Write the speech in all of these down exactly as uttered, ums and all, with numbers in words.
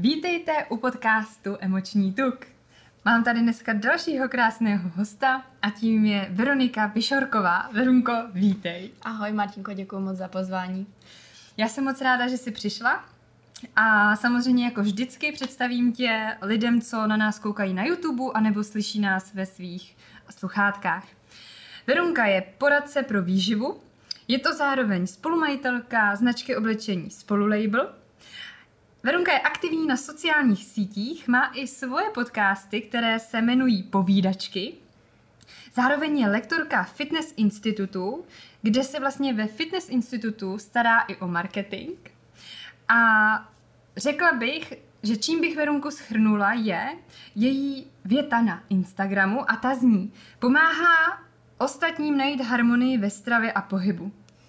Vítejte u podcastu Emoční tuk. Mám tady dneska dalšího krásného hosta a tím je Veronika Pišorková. Verunko, vítej. Ahoj Martinko, děkuji moc za pozvání. Já jsem moc ráda, že jsi přišla a samozřejmě jako vždycky představím tě lidem, co na nás koukají na YouTube anebo slyší nás ve svých sluchátkách. Verunka je poradce pro výživu, je to zároveň spolumajitelka značky oblečení Spolulabel. Verunka je aktivní na sociálních sítích, má i svoje podcasty, které se jmenují Povídačky. Zároveň je lektorka Fitness Institutu, kde se vlastně ve Fitness Institutu stará i o marketing. A řekla bych, že čím bych Verunku shrnula, je její věta na Instagramu a ta zní: pomáhá ostatním najít harmonii ve stravě a pohybu.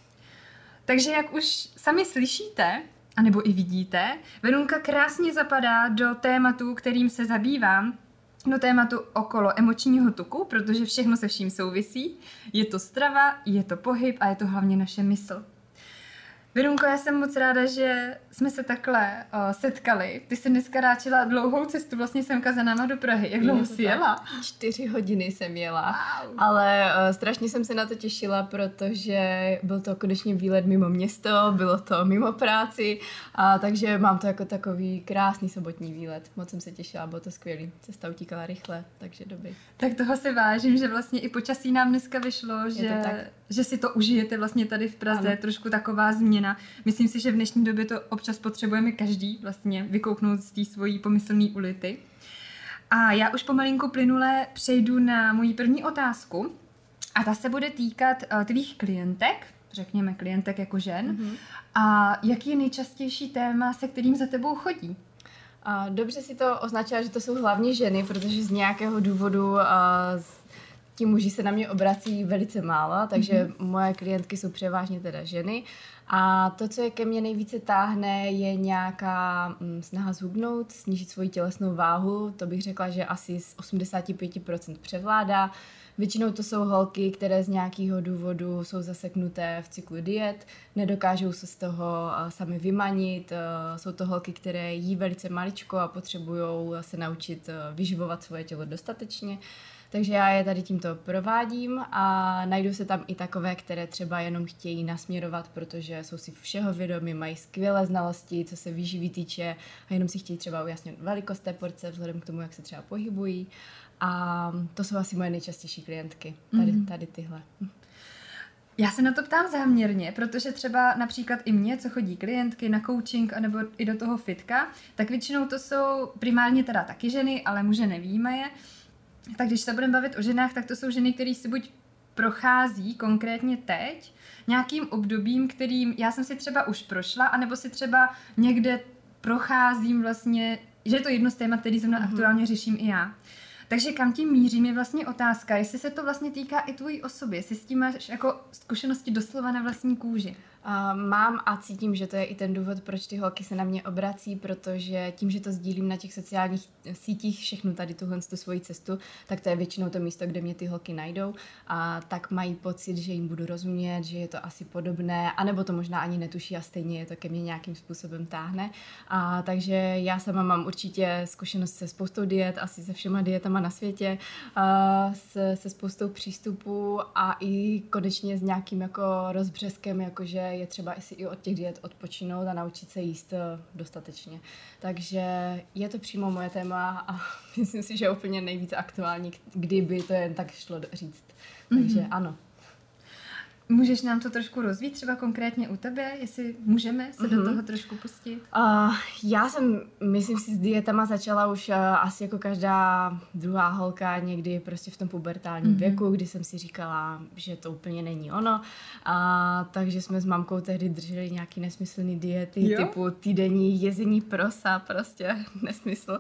Takže jak už sami slyšíte, anebo i vidíte, Verunka krásně zapadá do tématu, kterým se zabývám, do tématu okolo emočního tuku, protože všechno se vším souvisí. Je to strava, je to pohyb a je to hlavně naše mysl. Verunko, já jsem moc ráda, že jsme se takhle uh, setkali. Ty jsi dneska ráčila dlouhou cestu vlastně semka za náma do Prahy. Jak dlouho jsi jela? Čtyři hodiny jsem jela, wow. ale uh, strašně jsem se na to těšila, protože byl to konečně výlet mimo město, bylo to mimo práci, a takže mám to jako takový krásný sobotní výlet. Moc jsem se těšila, bylo to skvělý. Cesta utíkala rychle, takže dobrý. Tak toho si vážím, že vlastně i počasí nám dneska vyšlo, že, že si to užijete vlastně tady v Praze, ano. Trošku taková změna. Myslím si, že v dnešní době to občas potřebujeme každý vlastně vykouknout z té svojí pomyslné ulity. A já už pomalinku plynule přejdu na moji první otázku a ta se bude týkat uh, tvých klientek, řekněme klientek jako žen. Mm-hmm. A jaký je nejčastější téma, se kterým za tebou chodí? A dobře si to označila, že to jsou hlavně ženy, protože z nějakého důvodu uh, z ti muži se na mě obrací velice málo, takže mm-hmm. moje klientky jsou převážně teda ženy. A to, co je ke mně nejvíce táhne, je nějaká hm, snaha zhubnout, snížit svoji tělesnou váhu. To bych řekla, že asi z osmdesát pět procent převládá. Většinou to jsou holky, které z nějakého důvodu jsou zaseknuté v cyklu diet, nedokážou se z toho sami vymanit. Jsou to holky, které jí velice maličko a potřebují se naučit vyživovat svoje tělo dostatečně. Takže já je tady tímto provádím a najdu se tam i takové, které třeba jenom chtějí nasměrovat, protože jsou si všeho vědomi, mají skvělé znalosti, co se výživy týče a jenom si chtějí třeba ujasnit velikost té porce vzhledem k tomu, jak se třeba pohybují. A to jsou asi moje nejčastější klientky, tady, tady tyhle. Já se na to ptám záměrně, protože třeba například i mě, co chodí klientky na coaching anebo i do toho fitka, tak většinou to jsou primárně teda taky ženy, ale muže nevyjímaje. Tak když se budeme bavit o ženách, tak to jsou ženy, které si buď prochází konkrétně teď nějakým obdobím, kterým já jsem si třeba už prošla, anebo si třeba někde procházím vlastně, že je to jedno z témat, který zrovna mm-hmm. aktuálně řeším i já. Takže kam tím mířím je vlastně otázka, jestli se to vlastně týká i tvojí osoby, jestli s tím máš jako zkušenosti doslova na vlastní kůži. Uh, mám a cítím, že to je i ten důvod, proč ty holky se na mě obrací, protože tím, že to sdílím na těch sociálních sítích, všechnu tady tuhle tu svoji cestu, tak to je většinou to místo, kde mě ty holky najdou a tak mají pocit, že jim budu rozumět, že je to asi podobné, anebo to možná ani netuší a stejně je to ke mně nějakým způsobem táhne. A takže já sama mám určitě zkušenost se spoustou diet, asi se všema dietama na světě, uh, se, se spoustou přístupů a i konečně s nějakým jako rozbřeskem, jakože je třeba si i od těch diet odpočinout a naučit se jíst dostatečně. Takže je to přímo moje téma a myslím si, že je úplně nejvíc aktuální, kdyby to jen tak šlo říct. Takže mm-hmm. ano. Můžeš nám to trošku rozvít, třeba konkrétně u tebe, jestli můžeme se mm-hmm. do toho trošku pustit? Uh, já jsem, myslím si, s dietama začala už uh, asi jako každá druhá holka někdy prostě v tom pubertálním mm-hmm. věku, kdy jsem si říkala, že to úplně není ono. Uh, takže jsme s mamkou tehdy drželi nějaký nesmyslný diety, jo? Typu týdenní jezení prosa, prostě nesmysl.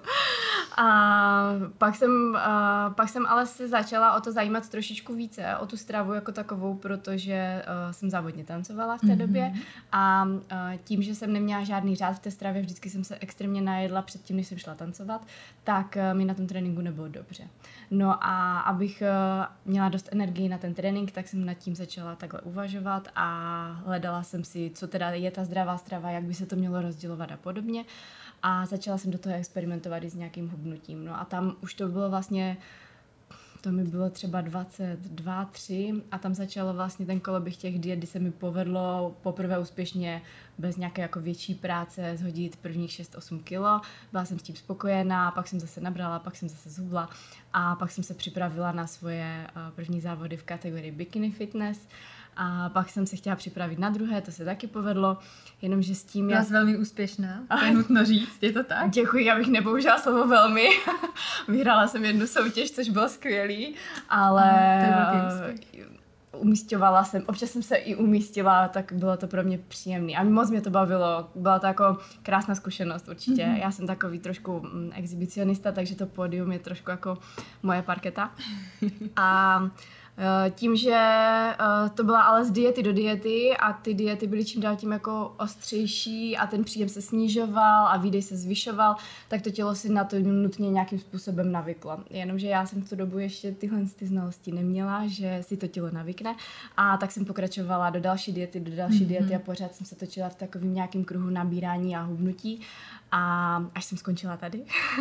A pak jsem, uh, pak jsem ale se začala o to zajímat trošičku více, o tu stravu jako takovou, protože uh, jsem závodně tancovala v té mm-hmm. době a uh, tím, že jsem neměla žádný řád v té stravě, vždycky jsem se extrémně najedla předtím, než jsem šla tancovat, tak uh, mi na tom tréninku nebylo dobře. No a abych uh, měla dost energii na ten trénink, tak jsem nad tím začala takhle uvažovat a hledala jsem si, co teda je ta zdravá strava, jak by se to mělo rozdělovat a podobně. a začala jsem do toho experimentovat i s nějakým hubnutím. No a tam už to bylo vlastně, to mi bylo třeba dvacet dva, tři a tam začalo vlastně ten koloběh těch diet, kdy se mi povedlo poprvé úspěšně bez nějaké jako větší práce zhodit prvních šest osm kilo. Byla jsem s tím spokojená, pak jsem zase nabrala, pak jsem zase zhubla a pak jsem se připravila na svoje první závody v kategorii Bikini Fitness. A pak jsem se chtěla připravit na druhé, to se taky povedlo, jenomže s tím... Byla jsi velmi úspěšná, to je nutno říct, je to tak? Děkuji, abych nepoužila slovo velmi. Vyhrála jsem jednu soutěž, což bylo skvělý, ale umísťovala jsem, občas jsem se i umístila, tak bylo to pro mě příjemné. A moc mě to bavilo, byla to jako krásná zkušenost určitě. Mm-hmm. Já jsem takový trošku mm, exhibicionista, takže to pódium je trošku jako moje parketa. A tím, že to byla ale z diety do diety a ty diety byly čím dál tím jako ostřejší a ten příjem se snižoval a výdej se zvyšoval, tak to tělo si na to nutně nějakým způsobem navyklo. Jenomže já jsem v tu dobu ještě tyhle ty znalosti neměla, že si to tělo navykne a tak jsem pokračovala do další diety, do další mm-hmm. diety a pořád jsem se točila v takovém nějakém kruhu nabírání a hubnutí. A až jsem skončila tady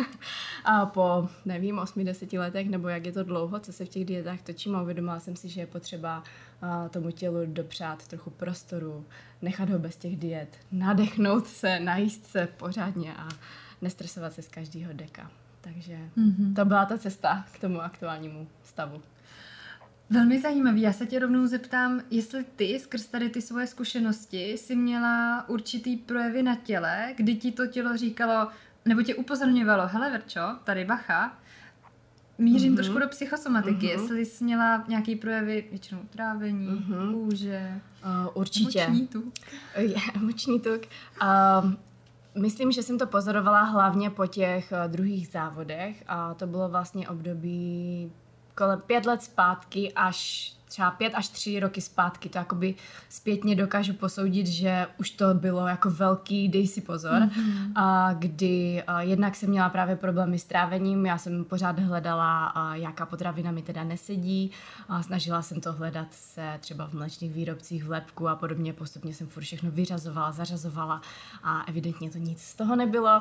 a po, nevím, osmi, deseti letech, nebo jak je to dlouho, co se v těch dietách točím a uvědomila jsem si, že je potřeba uh, tomu tělu dopřát trochu prostoru, nechat ho bez těch diet, nadechnout se, najíst se pořádně a nestresovat se z každého deka. Takže mm-hmm. to byla ta cesta k tomu aktuálnímu stavu. Velmi zajímavý. Já se tě rovnou zeptám, jestli ty skrz tady ty svoje zkušenosti jsi měla určitý projevy na těle, kdy ti to tělo říkalo, nebo tě upozorňovalo, hele Verčo, tady bacha, mířím mm-hmm. trošku do psychosomatiky, mm-hmm. jestli jsi měla nějaký projevy, většinou trávení, mm-hmm. kůže, uh, určitě. Moční tuk. Je, moční tuk. Uh, myslím, že jsem to pozorovala hlavně po těch uh, druhých závodech a to bylo vlastně období kolem pět let zpátky až třeba pět až tři roky zpátky, to jakoby zpětně dokážu posoudit, že už to bylo jako velký dej si pozor, mm-hmm. a kdy a jednak jsem měla právě problémy s trávením, já jsem pořád hledala, a jaká potravina mi teda nesedí, a snažila jsem to hledat se třeba v mléčných výrobcích, v lepku a podobně, postupně jsem furt všechno vyřazovala, zařazovala a evidentně to nic z toho nebylo.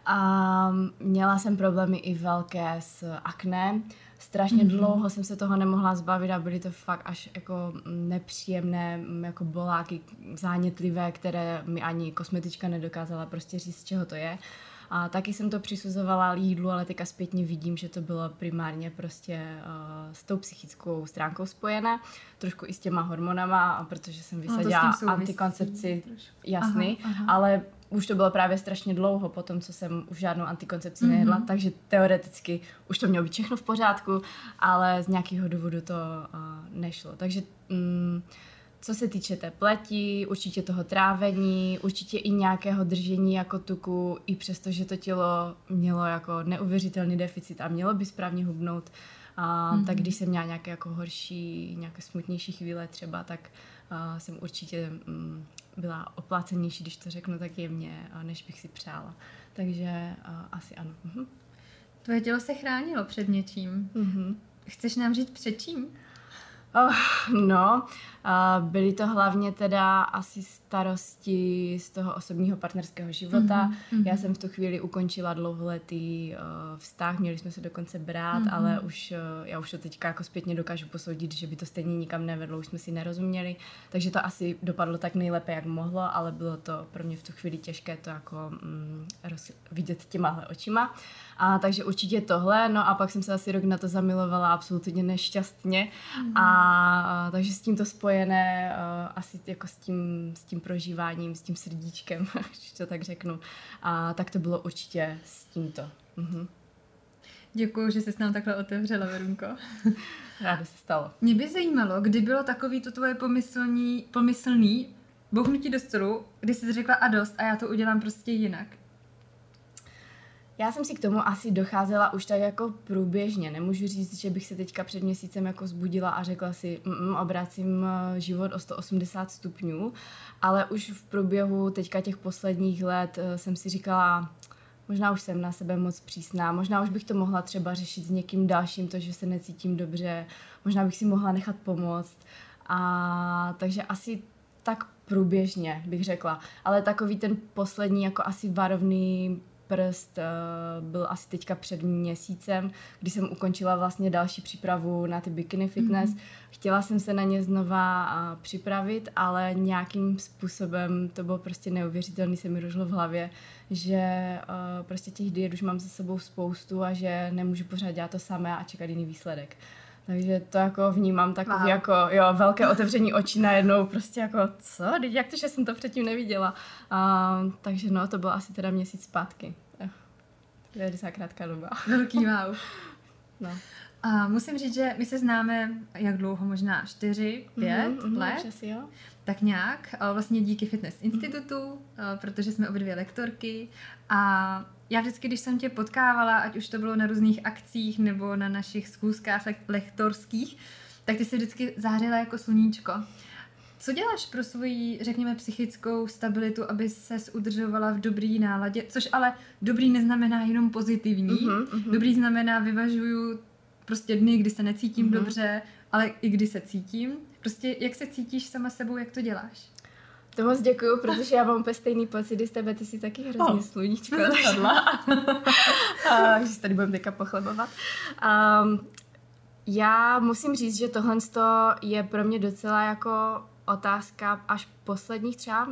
A měla jsem problémy i velké s akné, strašně mm-hmm. dlouho jsem se toho nemohla zbavit a byly to fakt až jako nepříjemné jako boláky zánětlivé, které mi ani kosmetička nedokázala prostě říct, z čeho to je. A taky jsem to přisuzovala jídlu, ale teďka zpětně vidím, že to bylo primárně prostě uh, s tou psychickou stránkou spojené, trošku i s těma hormonama, protože jsem vysadila no, antikoncepci, jasný, aha, aha. ale už to bylo právě strašně dlouho po tom, co jsem už žádnou antikoncepci mm-hmm. nejedla, takže teoreticky už to mělo být všechno v pořádku, ale z nějakého důvodu to uh, nešlo. Takže mm, co se týče té pleti, určitě toho trávení, určitě i nějakého držení jako tuku, i přesto, že to tělo mělo jako neuvěřitelný deficit a mělo by správně hubnout, a, mm-hmm. tak když jsem měla nějaké jako horší, nějaké smutnější chvíle třeba, tak uh, jsem určitě um, byla oplácenější, když to řeknu tak jemně, než bych si přála. Takže uh, asi ano. Mhm. Tvoje tělo se chránilo před něčím. Mm-hmm. Chceš nám říct před čím? Oh, no, uh, byly to hlavně teda asi starosti z toho osobního partnerského života. Mm-hmm. Já jsem v tu chvíli ukončila dlouholetý uh, vztah, měli jsme se dokonce brát, mm-hmm. ale už uh, já už to teďka jako zpětně dokážu posoudit, že by to stejně nikam nevedlo, už jsme si nerozuměli, takže to asi dopadlo tak nejlépe, jak mohlo, ale bylo to pro mě v tu chvíli těžké to jako mm, roz, vidět těmahle očima. A takže určitě tohle, no a pak jsem se asi rok na to zamilovala absolutně nešťastně mm. a, a takže s tímto spojené uh, asi jako s tím, s tím prožíváním, s tím srdíčkem, když to tak řeknu, a tak to bylo určitě s tímto. Mhm. Děkuju, že jsi s nám takhle otevřela, Verunko. Ráda se stalo. Mě by zajímalo, kdy bylo takový to tvoje pomyslný, pomyslný bouchnutí do stolu, kdy jsi řekla a dost a já to udělám prostě jinak. Já jsem si k tomu asi docházela už tak jako průběžně. Nemůžu říct, že bych se teďka před měsícem jako zbudila a řekla si, mm, obracím život o sto osmdesát stupňů, ale už v průběhu teďka těch posledních let jsem si říkala, možná už jsem na sebe moc přísná, možná už bych to mohla třeba řešit s někým dalším, to, že se necítím dobře, možná bych si mohla nechat pomoct. A takže asi tak průběžně bych řekla. Ale takový ten poslední jako asi varovný prst byl asi teďka před měsícem, kdy jsem ukončila vlastně další přípravu na ty bikini fitness. Mm-hmm. Chtěla jsem se na ně znova připravit, ale nějakým způsobem to bylo prostě neuvěřitelný, se mi rožlo v hlavě, že prostě těch diet už mám za sebou spoustu a že nemůžu pořád dělat to samé a čekat jiný výsledek. Takže to jako vnímám takový wow. jako, jo, velké otevření očí najednou, prostě jako, co, jak to, že jsem to předtím neviděla. A, takže no, to bylo asi teda měsíc zpátky. To je docela krátká doba. Velký wow. No. A musím říct, že my se známe jak dlouho, možná čtyři, pět mm-hmm, let, časy, jo. Tak nějak, vlastně díky Fitness Institutu, mm. protože jsme obě dvě lektorky a já vždycky, když jsem tě potkávala, ať už to bylo na různých akcích nebo na našich schůzkách lektorských, tak ty jsi vždycky zářila jako sluníčko. Co děláš pro svoji, řekněme, psychickou stabilitu, aby ses udržovala v dobrý náladě? Což ale dobrý neznamená jenom pozitivní. Mm-hmm, mm-hmm. Dobrý znamená, vyvažuju prostě dny, kdy se necítím mm-hmm. dobře, ale i kdy se cítím. Prostě jak se cítíš sama sebou, jak to děláš? To moc děkuju, protože já mám úplně stejný pocit z tebe, ty jsi taky hrozně oh, sluníčko. Takže si tady budeme teďka pochlebovat. Um, já musím říct, že tohle je pro mě docela jako otázka až posledních třeba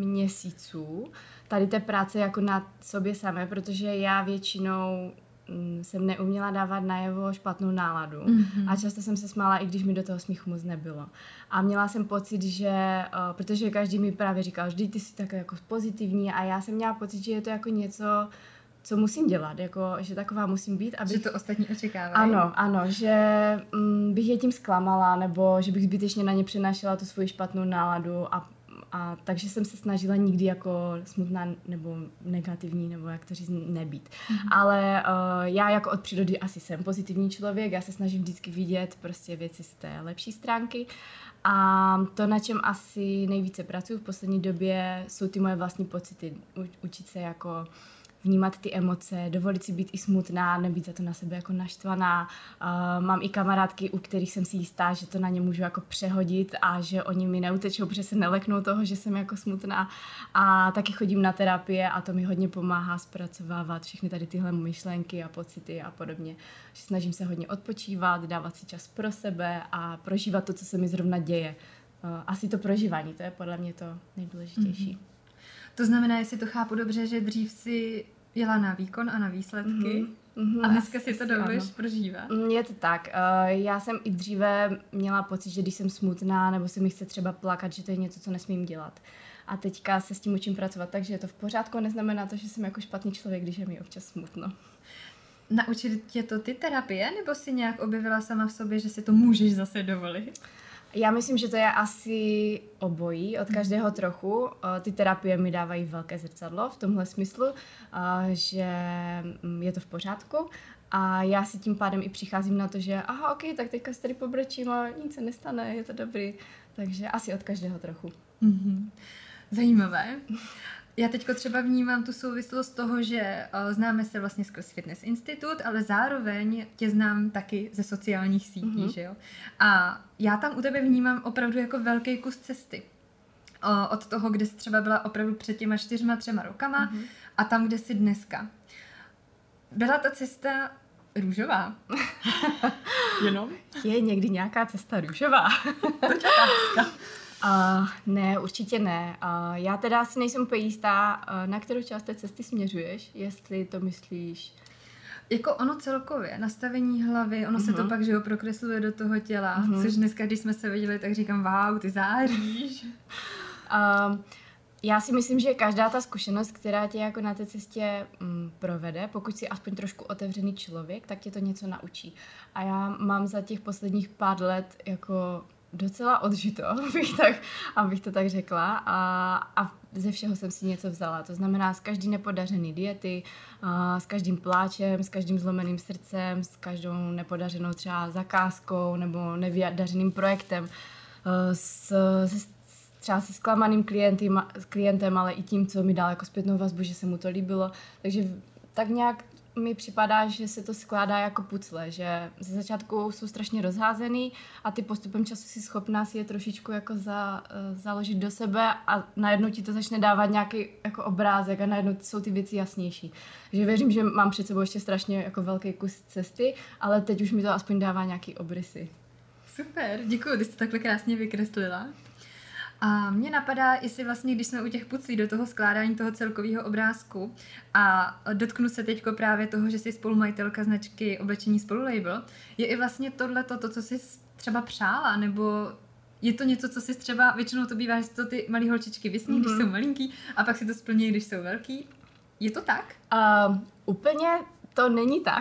měsíců tady té práce jako na sobě samé, protože já většinou jsem neuměla dávat najevo špatnou náladu mm-hmm. a často jsem se smála, i když mi do toho smíchu moc nebylo. A měla jsem pocit, že, uh, protože každý mi právě říkal, vždyť ty jsi tak jako pozitivní a já jsem měla pocit, že je to jako něco, co musím dělat, jako, že taková musím být. Abych... Že to ostatní očekávají. Ano, ano, že mm, bych je tím zklamala, nebo že bych zbytečně na ně přenášela tu svoji špatnou náladu a A takže jsem se snažila nikdy jako smutná nebo negativní, nebo jak to říct, nebýt. Mm-hmm. Ale uh, já jako od přírody asi jsem pozitivní člověk, já se snažím vždycky vidět prostě věci z té lepší stránky. A to, na čem asi nejvíce pracuji v poslední době, jsou ty moje vlastní pocity. U- učit se jako vnímat ty emoce, dovolit si být i smutná, nebýt za to na sebe jako naštvaná. Uh, mám i kamarádky, u kterých jsem si jistá, že to na ně můžu jako přehodit a že oni mi neutečou, protože se neleknou toho, že jsem jako smutná. A taky chodím na terapie a to mi hodně pomáhá zpracovávat všechny tady tyhle myšlenky a pocity a podobně. Že snažím se hodně odpočívat, dávat si čas pro sebe a prožívat to, co se mi zrovna děje. Uh, asi to prožívání, to je podle mě to nejdůležitější. Mm-hmm. To znamená, jestli to chápu dobře, že dřív si jela na výkon a na výsledky mm-hmm. a dneska si to dovolíš prožívat. Je to tak. Já jsem i dříve měla pocit, že když jsem smutná nebo se mi chce třeba plakat, že to je něco, co nesmím dělat. A teďka se s tím učím pracovat, takže je to v pořádku. Neznamená to, že jsem jako špatný člověk, když je mi občas smutno. Naučili tě to ty terapie, nebo si nějak objevila sama v sobě, že si to můžeš zase dovolit? Já myslím, že to je asi obojí, od každého trochu. Ty terapie mi dávají velké zrcadlo v tomhle smyslu, že je to v pořádku a já si tím pádem i přicházím na to, že aha, ok, tak teďka se tady pobrečím a nic se nestane, je to dobrý. Takže asi od každého trochu. Mm-hmm. Zajímavé. Já teďko třeba vnímám tu souvislost toho, že uh, známe se vlastně skrz Fitness Institut, ale zároveň tě znám taky ze sociálních sítí, mm-hmm. že jo? A já tam u tebe vnímám opravdu jako velký kus cesty. Uh, od toho, kde jsi třeba byla opravdu před těma čtyřma, třema rokama mm-hmm. a tam, kde jsi dneska. Byla ta cesta růžová? Jenom? Je někdy nějaká cesta růžová? To je otázka. Uh, ne, určitě ne. Uh, já teda si nejsem úplně jistá, uh, na kterou část té cesty směřuješ, jestli to myslíš. Jako ono celkově, nastavení hlavy, ono uh-huh. se to pak, že jo, prokresluje do toho těla, uh-huh. což dneska, když jsme se viděli, tak říkám, wow, ty záříš. Uh, já si myslím, že každá ta zkušenost, která tě jako na té cestě mm, provede, pokud jsi aspoň trošku otevřený člověk, tak tě to něco naučí. A já mám za těch posledních pár let jako docela odžito, abych, tak, abych to tak řekla a, a ze všeho jsem si něco vzala. To znamená z každý nepodařený diety, a s každým pláčem, s každým zlomeným srdcem, s každou nepodařenou třeba zakázkou nebo nevydařeným projektem, s, s, třeba se zklamaným klientem, klientem, ale i tím, co mi dal jako zpětnou vazbu, že se mu to líbilo. Takže tak nějak mi připadá, že se to skládá jako pucle, že ze začátku jsou strašně rozházený a ty postupem času si schopná si je trošičku jako za, uh, založit do sebe a najednou ti to začne dávat nějaký jako obrázek a najednou jsou ty věci jasnější. Že věřím, že mám před sebou ještě strašně jako velký kus cesty, ale teď už mi to aspoň dává nějaký obrysy. Super, děkuji, ty jsi to takhle krásně vykreslila. A mě napadá, jestli vlastně, když jsme u těch puclí do toho skládání toho celkového obrázku a dotknu se teďko právě toho, že jsi spolumajitelka značky oblečení Spolulabel, je i vlastně tohleto to, co jsi třeba přála, nebo je to něco, co jsi třeba, většinou to bývá, že to ty malý holčičky vysní, mm-hmm. když jsou malinký a pak si to splní, když jsou velký. Je to tak? Uh, úplně to není tak.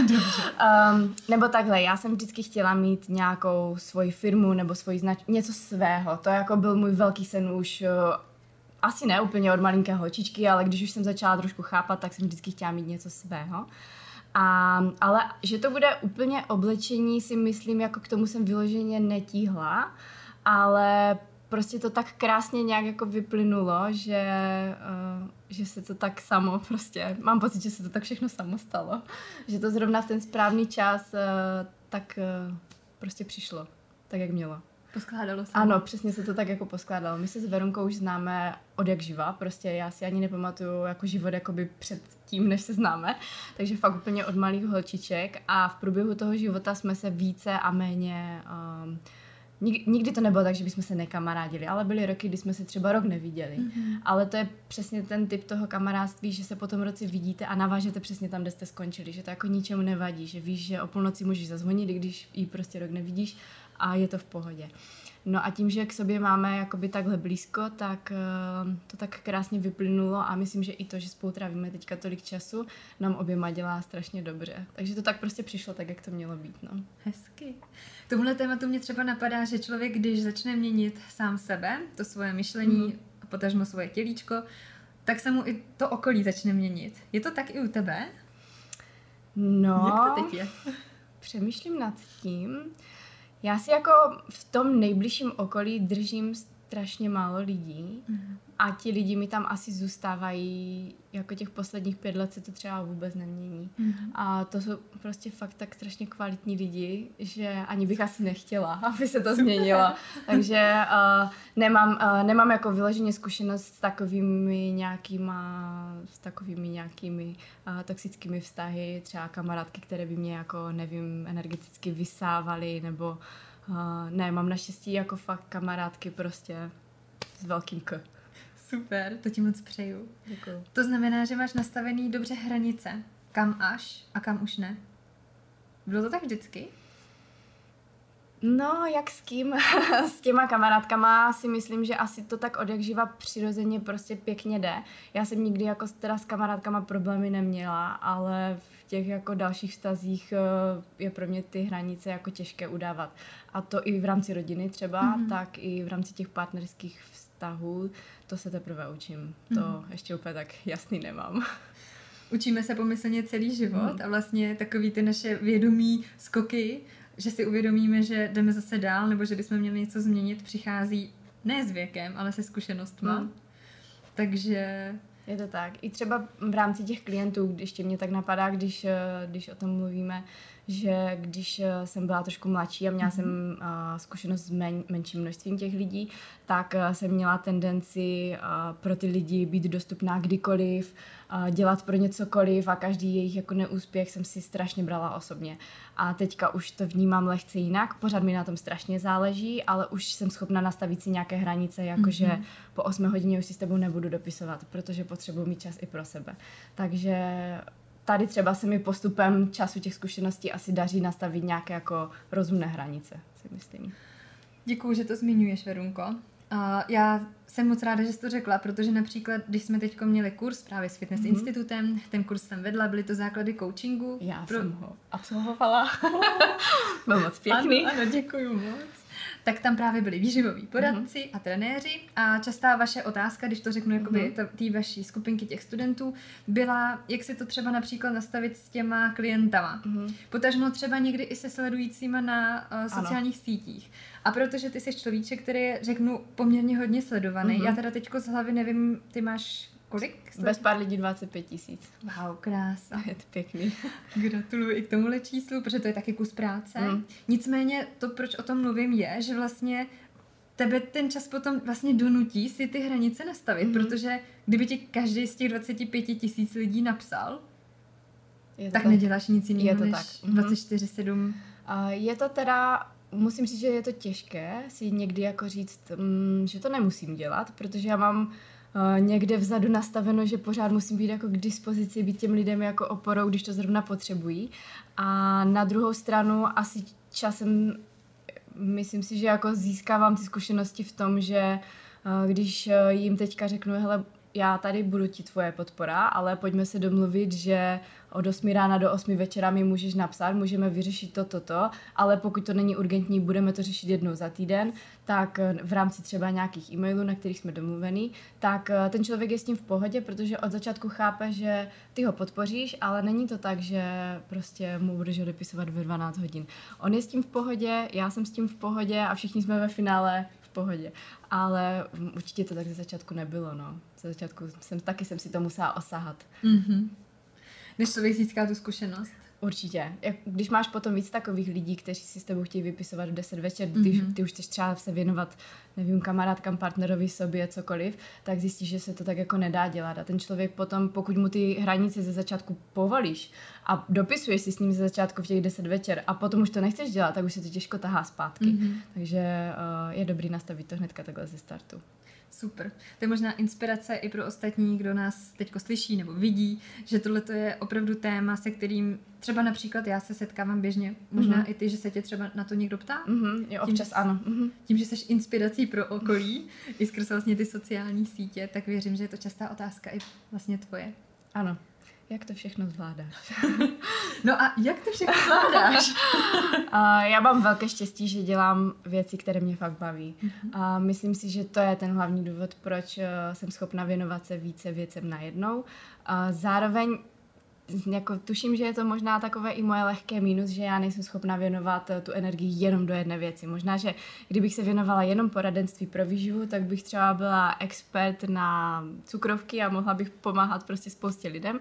um, nebo takhle, já jsem vždycky chtěla mít nějakou svoji firmu nebo svoji znač- něco svého. To jako byl můj velký sen už uh, asi ne úplně od malinké holčičky, ale když už jsem začala trošku chápat, tak jsem vždycky chtěla mít něco svého. A, ale že to bude úplně oblečení, si myslím, jako k tomu jsem vyloženě netíhla, ale prostě to tak krásně nějak jako vyplynulo, že, uh, že se to tak samo prostě, mám pocit, že se to tak všechno samo stalo, že to zrovna v ten správný čas uh, tak uh, prostě přišlo, tak jak mělo. Poskládalo se. Ano, přesně se to tak jako poskládalo. My se s Verunkou už známe od jak živa, prostě já si ani nepamatuju jako život jakoby před tím, než se známe, takže fakt úplně od malých holčiček a v průběhu toho života jsme se více a méně... Um, Nikdy to nebylo tak, že bychom se nekamarádili, ale byly roky, kdy jsme se třeba rok neviděli. Mm-hmm. Ale to je přesně ten typ toho kamarádství, že se po tom roce vidíte a navážete přesně tam, kde jste skončili, že to jako ničemu nevadí, že víš, že o půlnoci můžeš zazvonit, i když jí prostě rok nevidíš a je to v pohodě. No a tím, že k sobě máme jakoby takhle blízko, tak uh, to tak krásně vyplynulo a myslím, že i to, že spolu trávíme teďka tolik času, nám oběma dělá strašně dobře. Takže to tak prostě přišlo tak, jak to mělo být. No. Hezky. K tomuhle tématu mě třeba napadá, že člověk, když začne měnit sám sebe, to svoje myšlení mm. a potažmo svoje tělíčko, tak se mu i to okolí začne měnit. Je to tak i u tebe? No, jak to teď je? Přemýšlím nad tím. Já si jako v tom nejbližším okolí držím strašně málo lidí mm. a ti lidi mi tam asi zůstávají, jako těch posledních pět let se to třeba vůbec nemění. Mm. A to jsou prostě fakt tak strašně kvalitní lidi, že ani bych asi nechtěla, aby se to změnilo. Takže uh, nemám, uh, nemám jako vyloženě zkušenost s takovými nějakýma, s takovými nějakými uh, toxickými vztahy, třeba kamarádky, které by mě jako, nevím, energeticky vysávaly, nebo uh, ne, mám naštěstí jako fakt kamarádky prostě s velkým K. Super, to ti moc přeju. Děkuju. To znamená, že máš nastavený dobře hranice. Kam až a kam už ne. Bylo to tak vždycky? No, jak s kým? S těma kamarádkama si myslím, že asi to tak od jak živa přirozeně prostě pěkně jde. Já jsem nikdy jako teda s kamarádkama problémy neměla, ale v těch jako dalších vztazích je pro mě ty hranice jako těžké udávat. A to i v rámci rodiny třeba, mm-hmm. tak i v rámci těch partnerských vztahů, to se teprve učím. To mm-hmm. ještě úplně tak jasný nemám. Učíme se pomyslně celý život mm. a vlastně takový ty naše vědomí skoky, že si uvědomíme, že jdeme zase dál, nebo že bychom měli něco změnit, přichází ne s věkem, ale se zkušenostma. Mm. Takže... Je to tak. I třeba v rámci těch klientů, když tě mě tak napadá, když, když o tom mluvíme, že když jsem byla trošku mladší a měla mm. jsem uh, zkušenost s men, menším množstvím těch lidí, tak uh, jsem měla tendenci uh, pro ty lidi být dostupná kdykoliv, uh, dělat pro ně cokoliv a každý jejich jako neúspěch jsem si strašně brala osobně. A teďka už to vnímám lehce jinak, pořád mi na tom strašně záleží, ale už jsem schopna nastavit si nějaké hranice, jakože mm-hmm. po osmé hodině už si s tebou nebudu dopisovat, protože potřebuji mít čas i pro sebe. Takže tady třeba se mi postupem času těch zkušeností asi daří nastavit nějaké jako rozumné hranice, si myslím. Děkuju, že to zmiňuješ, Verunko. Uh, já jsem moc ráda, že jsi to řekla, protože například, když jsme teď měli kurz právě s Fitness mm-hmm. institutem, ten kurz jsem vedla, byly to základy coachingu. Já pro... jsem ho absolvovala. Byl moc pěkný. Ano, ano, děkuju moc. Tak tam právě byli výživoví poradci mm-hmm. a trenéři a častá vaše otázka, když to řeknu jakoby mm-hmm. té vaší skupinky těch studentů, byla, jak si to třeba například nastavit s těma klientama. Mm-hmm. Potažmo třeba někdy i se sledujícíma na uh, sociálních ano. sítích. A protože ty jsi človíček, který je, řeknu, poměrně hodně sledovaný, mm-hmm. já teda teďko z hlavy nevím, ty máš kolik? Bez pár lidí dvacet pět tisíc. Wow, krása. Je to pěkný. Gratuluji i k tomuhle číslu, protože to je taky kus práce. Mm. Nicméně to, proč o tom mluvím, je, že vlastně tebe ten čas potom vlastně donutí si ty hranice nastavit, mm. protože kdyby ti každý z těch dvacet pět tisíc lidí napsal, tak, tak neděláš nic jiného než tak. dvacet čtyři sedm. Uh, je to teda, musím říct, že je to těžké si někdy jako říct, um, že to nemusím dělat, protože já mám uh, někde vzadu nastaveno, že pořád musím být jako k dispozici, být těm lidem jako oporou, když to zrovna potřebují. A na druhou stranu asi časem myslím si, že jako získávám ty zkušenosti v tom, že uh, když jim teďka řeknu, hele, já tady budu ti tvoje podpora, ale pojďme se domluvit, že od osmi rána do osmi večera mi můžeš napsat, můžeme vyřešit to, toto, ale pokud to není urgentní, budeme to řešit jednou za týden, tak v rámci třeba nějakých e-mailů, na kterých jsme domluvení, tak ten člověk je s tím v pohodě, protože od začátku chápe, že ty ho podpoříš, ale není to tak, že prostě mu budeš odepisovat ve dvanáct hodin. On je s tím v pohodě, já jsem s tím v pohodě a všichni jsme ve finále v pohodě. Ale určitě to tak ze začátku nebylo, no. Ze začátku jsem, taky jsem si to musela osahat. Mm-hmm. Než člověk získá tu zkušenost. Určitě. Jak, když máš potom víc takových lidí, kteří si s tebou chtějí vypisovat v deset večer, ty, mm-hmm. ty už chceš třeba se věnovat, nevím, kamarádkám, partnerovi, sobě, cokoliv, tak zjistíš, že se to tak jako nedá dělat. A ten člověk potom, pokud mu ty hranice ze začátku povolíš a dopisuješ si s ním ze začátku v těch deset večer a potom už to nechceš dělat, tak už se to těžko tahá zpátky. Mm-hmm. Takže uh, je dobrý nastavit to hnedka takhle ze startu. Super. To je možná inspirace i pro ostatní, kdo nás teďko slyší nebo vidí, že tohle je opravdu téma, se kterým třeba například já se setkávám běžně, možná mm-hmm. i ty, že se tě třeba na to někdo ptá. Mm-hmm, jo, občas tím, ano. Mm-hmm. Tím, že jsi inspirací pro okolí, i skrz vlastně ty sociální sítě, tak věřím, že je to častá otázka i vlastně tvoje. Ano. Jak to všechno zvládáš? No a jak to všechno zvládáš? uh, já mám velké štěstí, že dělám věci, které mě fakt baví. A uh, myslím si, že to je ten hlavní důvod, proč uh, jsem schopna věnovat se více věcem najednou. Uh, zároveň jako tuším, že je to možná takové i moje lehké mínus, že já nejsem schopna věnovat tu energii jenom do jedné věci. Možná, že kdybych se věnovala jenom poradenství pro výživu, tak bych třeba byla expert na cukrovky a mohla bych pomáhat prostě spoustě lidem.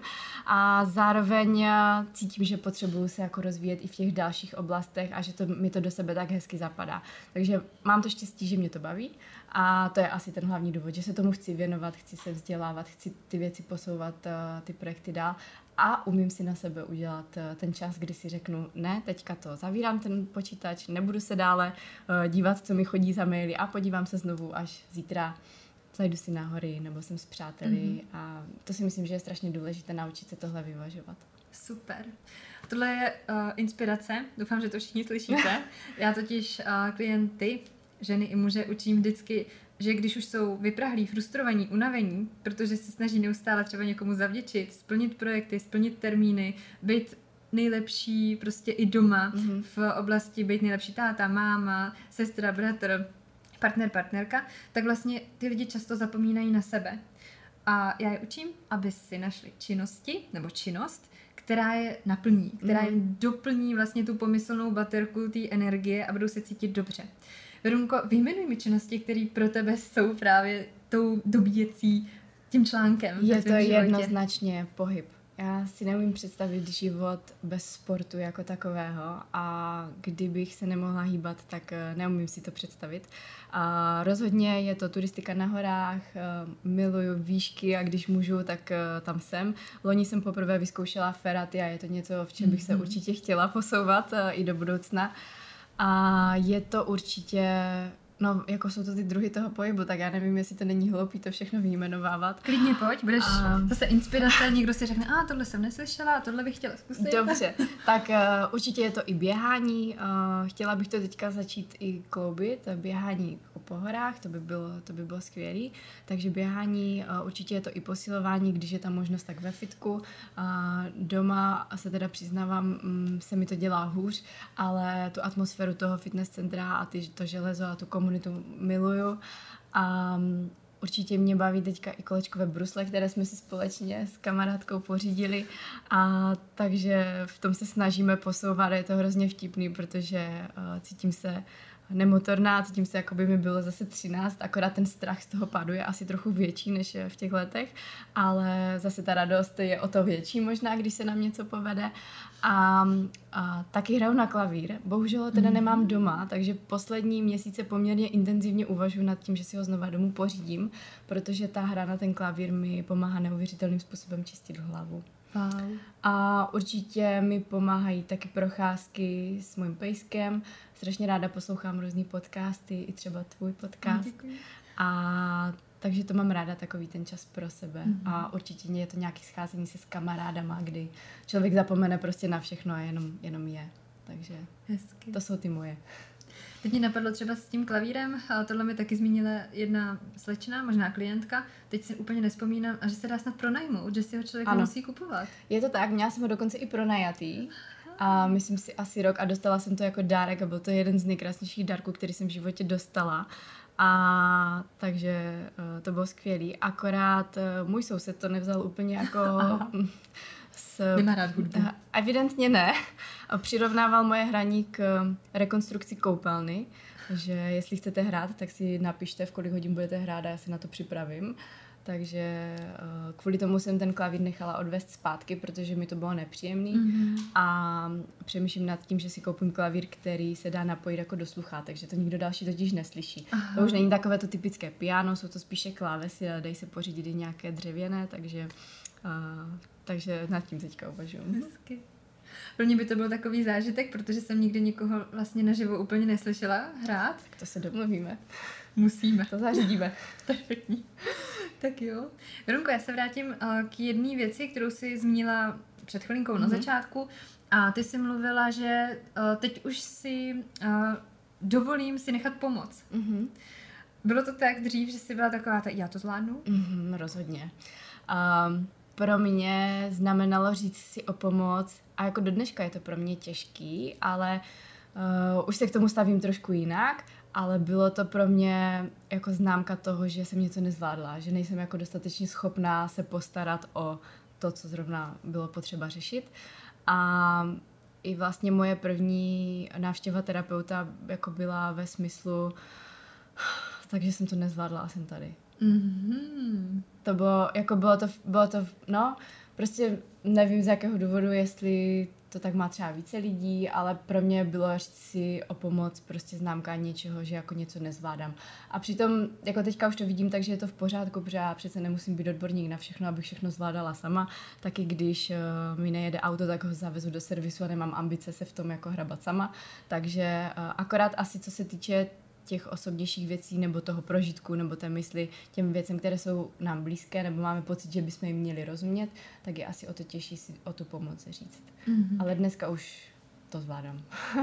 A zároveň cítím, že potřebuju se jako rozvíjet i v těch dalších oblastech a že to, mi to do sebe tak hezky zapadá. Takže mám to štěstí, že mě to baví a to je asi ten hlavní důvod, že se tomu chci věnovat, chci se vzdělávat, chci ty věci posouvat, ty projekty dál. A umím si na sebe udělat ten čas, kdy si řeknu, ne, teďka to zavírám ten počítač, nebudu se dále uh, dívat, co mi chodí za maily a podívám se znovu, až zítra zajdu si na hory nebo jsem s přáteli mm-hmm. a to si myslím, že je strašně důležité naučit se tohle vyvažovat. Super. Tohle je uh, inspirace, doufám, že to všichni slyšíte. Já totiž uh, klienty, ženy i muže učím vždycky, že když už jsou vyprahlí, frustrovaní, unavení, protože se snaží neustále třeba někomu zavděčit, splnit projekty, splnit termíny, být nejlepší prostě i doma mm-hmm. v oblasti, být nejlepší táta, máma, sestra, bratr, partner, partnerka, tak vlastně ty lidi často zapomínají na sebe. A já je učím, aby si našli činnosti, nebo činnost, která je naplní, která mm-hmm. jim doplní vlastně tu pomyslnou baterku té energie a budou se cítit dobře. Verunko, vyjmenuj mi činnosti, které pro tebe jsou právě tou dobíjecí tím článkem. Je to jednoznačně pohyb. Já si neumím představit život bez sportu jako takového a kdybych se nemohla hýbat, tak neumím si to představit. A rozhodně je to turistika na horách, miluju výšky a když můžu, tak tam jsem. Loni jsem poprvé vyzkoušela feraty a je to něco, v čem bych se určitě chtěla posouvat i do budoucna. A je to určitě, no jako jsou to ty druhy toho pohybu, tak já nevím, jestli to není hloupý to všechno vyjmenovávat. Klidně pojď, budeš a... zase inspirace, někdo si řekne, a tohle jsem neslyšela, a tohle bych chtěla zkusit. Dobře, tak uh, určitě je to i běhání, uh, chtěla bych to teďka začít i kloubit, běhání po horách, to by bylo, to by bylo skvělý, takže běhání, uh, určitě je to i posilování, když je tam možnost, tak ve fitku, uh, doma se teda přiznávám, um, se mi to dělá hůř, ale tu atmosféru toho fitness centra a ty, to železo a tu komunitu miluju a um, určitě mě baví teďka i kolečkové brusle, které jsme si společně s kamarádkou pořídili a takže v tom se snažíme posouvat, je to hrozně vtipný, protože uh, cítím se nemotorná, cítím se, jako by mi bylo zase třináct, akorát ten strach z toho pádu je asi trochu větší než v těch letech, ale zase ta radost je o to větší možná, když se nám něco povede. A, a taky hraju na klavír, bohužel ho teda nemám doma, takže poslední měsíce poměrně intenzivně uvažuji nad tím, že si ho znova domů pořídím, protože ta hra na ten klavír mi pomáhá neuvěřitelným způsobem čistit hlavu. Wow. A určitě mi pomáhají taky procházky s mojím pejskem. Strašně ráda poslouchám různý podcasty, i třeba tvůj podcast. Děkuji. A takže to mám ráda, takový ten čas pro sebe. Mm-hmm. A určitě je to nějaké scházení se s kamarádama, kdy člověk zapomene prostě na všechno a jenom, jenom je. Takže Hezky. to jsou ty moje. Teď mě napadlo třeba s tím klavírem, tohle mi taky zmínila jedna slečna, možná klientka, teď si úplně nespomínám, a že se dá snad pronajmout, že si ho člověk Ano. musí kupovat. Je to tak, měla jsem ho dokonce i pronajatý a myslím si asi rok a dostala jsem to jako dárek a byl to jeden z nejkrásnějších dárků, který jsem v životě dostala. A takže uh, to bylo skvělý, akorát uh, můj soused to nevzal úplně jako s... Nemá rád hudbu. Uh, evidentně ne. Přirovnával moje hraní k uh, rekonstrukci koupelny, že jestli chcete hrát, tak si napište, v kolik hodin budete hrát a já si na to připravím. Takže uh, kvůli tomu jsem ten klavír nechala odvést zpátky, protože mi to bylo nepříjemný. Mm-hmm. A přemýšlím nad tím, že si koupím klavír, který se dá napojit jako do sluchátek, takže to nikdo další totiž neslyší. Aha. To už není takové to typické piano, jsou to spíše klávesy, ale dají se pořídit i nějaké dřevěné, takže, uh, takže nad tím teďka uvažuji. Hezky. Pro mě by to byl takový zážitek, protože jsem nikdy nikoho vlastně naživo úplně neslyšela hrát. Tak to se domluvíme. Musíme. To zařídíme. Perfektní. Tak jo. Verunko, já se vrátím uh, k jedné věci, kterou jsi zmínila před chvilinkou mm-hmm. na začátku. A ty jsi mluvila, že uh, teď už si uh, dovolím si nechat pomoct. Mm-hmm. Bylo to tak dřív, že jsi byla taková, ta, já to zvládnu? Mm-hmm, rozhodně. Um, pro mě znamenalo říct si o pomoc a jako do dneška je to pro mě těžký, ale uh, už se k tomu stavím trošku jinak, ale bylo to pro mě jako známka toho, že jsem něco nezvládla, že nejsem jako dostatečně schopná se postarat o to, co zrovna bylo potřeba řešit. A i vlastně moje první návštěva terapeuta jako byla ve smyslu, takže jsem to nezvládla a jsem tady. Mm-hmm. To bylo, jako bylo to, bylo to, no, prostě nevím z jakého důvodu, jestli to tak má třeba více lidí, ale pro mě bylo říct si o pomoc prostě známka něčeho, že jako něco nezvládám. A přitom, jako teďka už to vidím, takže je to v pořádku, protože já přece nemusím být odborník na všechno, abych všechno zvládala sama. Taky když uh, mi nejede auto, tak ho zavezu do servisu a nemám ambice se v tom jako hrabat sama. Takže uh, akorát asi co se týče těch osobnějších věcí nebo toho prožitku nebo té mysli těm věcem, které jsou nám blízké nebo máme pocit, že bychom jim měli rozumět, tak je asi o to těžší si o tu pomoc říct. Mm-hmm. Ale dneska už to zvládám.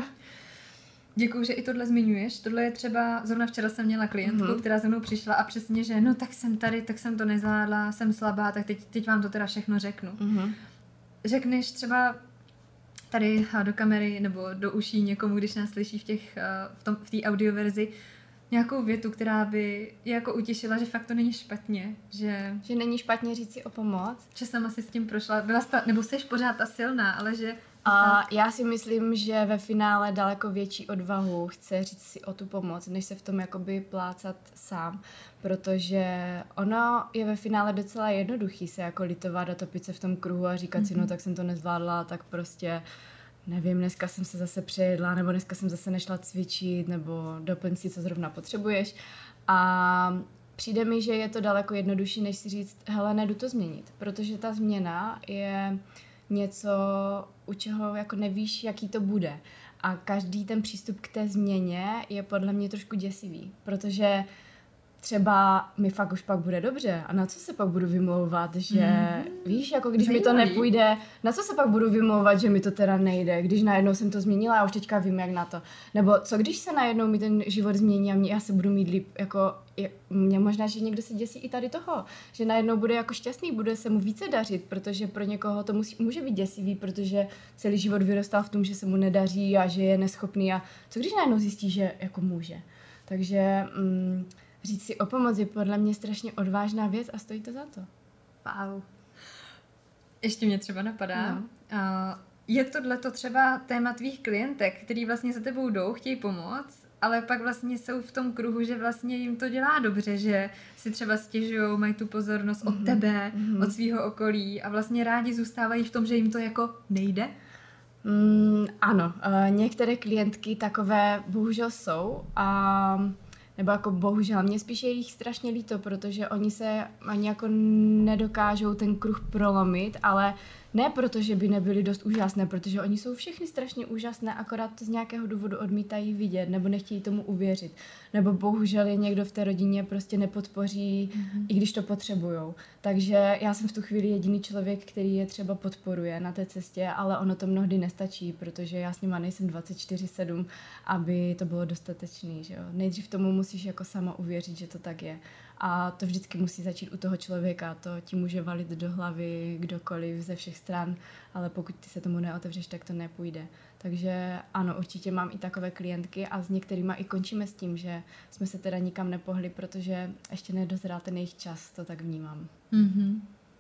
Děkuju, že i tohle zmiňuješ. Tohle je třeba, zrovna včera jsem měla klientku, mm-hmm. která za mnou přišla a přesně, že no tak jsem tady, tak jsem to nezvládla, jsem slabá, tak teď, teď vám to teda všechno řeknu. Mm-hmm. Řekneš třeba tady do kamery nebo do uší někomu, když nás slyší v těch, v tom, v té audioverzi, nějakou větu, která by je jako utěšila, že fakt to není špatně, že... Že není špatně říct si o pomoc. Že sama si s tím prošla, byla sta, nebo jsi pořád ta silná, ale že... A já si myslím, že ve finále daleko větší odvahu chce říct si o tu pomoc, než se v tom jakoby plácat sám, protože ono je ve finále docela jednoduchý se jako litovat a topit se v tom kruhu a říkat mm-hmm. si, no tak jsem to nezvládla, tak prostě nevím, dneska jsem se zase přejedla, nebo dneska jsem zase nešla cvičit, nebo doplň si, co zrovna potřebuješ. A přijde mi, že je to daleko jednodušší, než si říct, hele, nejdu to změnit, protože ta změna je něco, u čeho jako nevíš, jaký to bude. A každý ten přístup k té změně je podle mě trošku děsivý, protože třeba mi fakt už pak bude dobře a na co se pak budu vymlouvat, že mm. víš, jako když mi to nepůjde, na co se pak budu vymlouvat, že mi to teda nejde, když najednou jsem to změnila a už teďka vím, jak na to. Nebo co když se najednou mi ten život změní a mě, já se budu mít líp, jako je, mě možná, že někdo se děsí i tady toho, že najednou bude jako šťastný, bude se mu více dařit, protože pro někoho to musí, může být děsivý, protože celý život vyrostal v tom, že se mu nedaří a že je neschopný a co když najednou zjistí, že jako může. Takže mm, říct si o pomoc je podle mě strašně odvážná věc a stojí to za to. Wow. Ještě mě třeba napadá, no. uh, je tohleto třeba téma tvých klientek, který vlastně za tebou jdou, chtějí pomoct ale pak vlastně jsou v tom kruhu, že vlastně jim to dělá dobře, že si třeba stěžujou, mají tu pozornost od mm-hmm. tebe, mm-hmm. od svého okolí a vlastně rádi zůstávají v tom, že jim to jako nejde? Mm, ano, uh, některé klientky takové bohužel jsou a nebo jako bohužel, mě spíš je jich strašně líto, protože oni se ani jako nedokážou ten kruh prolomit, ale ne proto, že by nebyly dost úžasné, protože oni jsou všechny strašně úžasné, akorát to z nějakého důvodu odmítají vidět, nebo nechtějí tomu uvěřit. Nebo bohužel je někdo v té rodině prostě nepodpoří, mm-hmm. i když to potřebujou. Takže já jsem v tu chvíli jediný člověk, který je třeba podporuje na té cestě, ale ono to mnohdy nestačí, protože já s nima nejsem dvacet čtyři sedm, aby to bylo dostatečný. Že jo? Nejdřív tomu musíš jako sama uvěřit, že to tak je. A to vždycky musí začít u toho člověka, to ti může valit do hlavy kdokoliv ze všech stran, ale pokud ty se tomu neotevřeš, tak to nepůjde. Takže ano, určitě mám i takové klientky a s některýma i končíme s tím, že jsme se teda nikam nepohli, protože ještě nedozrál ten jejich čas, to tak vnímám. Mm-hmm.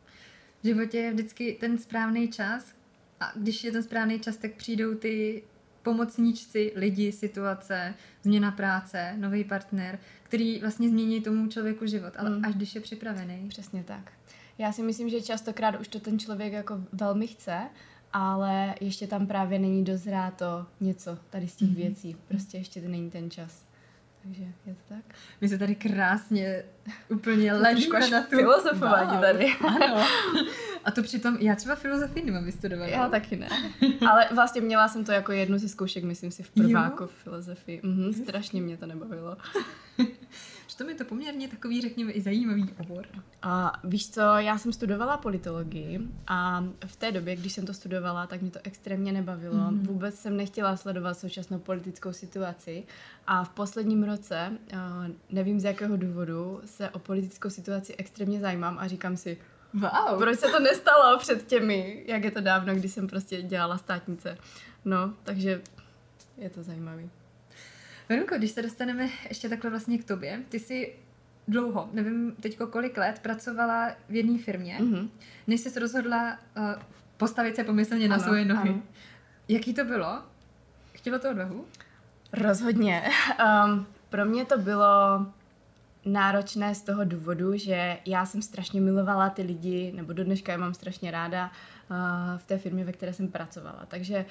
V životě je vždycky ten správný čas a když je ten správný čas, tak přijdou ty pomocníčci, lidi, situace, změna práce, nový partner, který vlastně změní tomu člověku život, ale mm. až když je připravený. Přesně tak. Já si myslím, že častokrát už to ten člověk jako velmi chce, ale ještě tam právě není dozráto něco tady z těch mm. věcí. Prostě ještě to není ten čas. Takže je to tak. My se tady krásně úplně ledíme na tu filozofování wow. tady. Ano. A to přitom, já třeba filozofii nemám vystudovat. Já taky ne. Ale vlastně měla jsem to jako jednu ze zkoušek, myslím si, v prváku v filozofii. Mhm, strašně mě to nebavilo. Že to je to poměrně takový, řekněme, i zajímavý obor. A víš co, já jsem studovala politologii a v té době, když jsem to studovala, tak mě to extrémně nebavilo. Mm-hmm. Vůbec jsem nechtěla sledovat současnou politickou situaci a v posledním roce, nevím z jakého důvodu, se o politickou situaci extrémně zajímám a říkám si, wow. Proč se to nestalo před těmi, jak je to dávno, když jsem prostě dělala státnice. No, takže je to zajímavý. Verunko, když se dostaneme ještě takhle vlastně k tobě, ty jsi dlouho, nevím teďko kolik let, pracovala v jedné firmě, mm-hmm. než jsi se rozhodla uh, postavit se pomyslně na ano, svoje nohy. Ano. Jaký to bylo? Chtělo to odvahu? Rozhodně. Um, pro mě to bylo náročné z toho důvodu, že já jsem strašně milovala ty lidi, nebo do dneška je mám strašně ráda uh, v té firmě, ve které jsem pracovala. Takže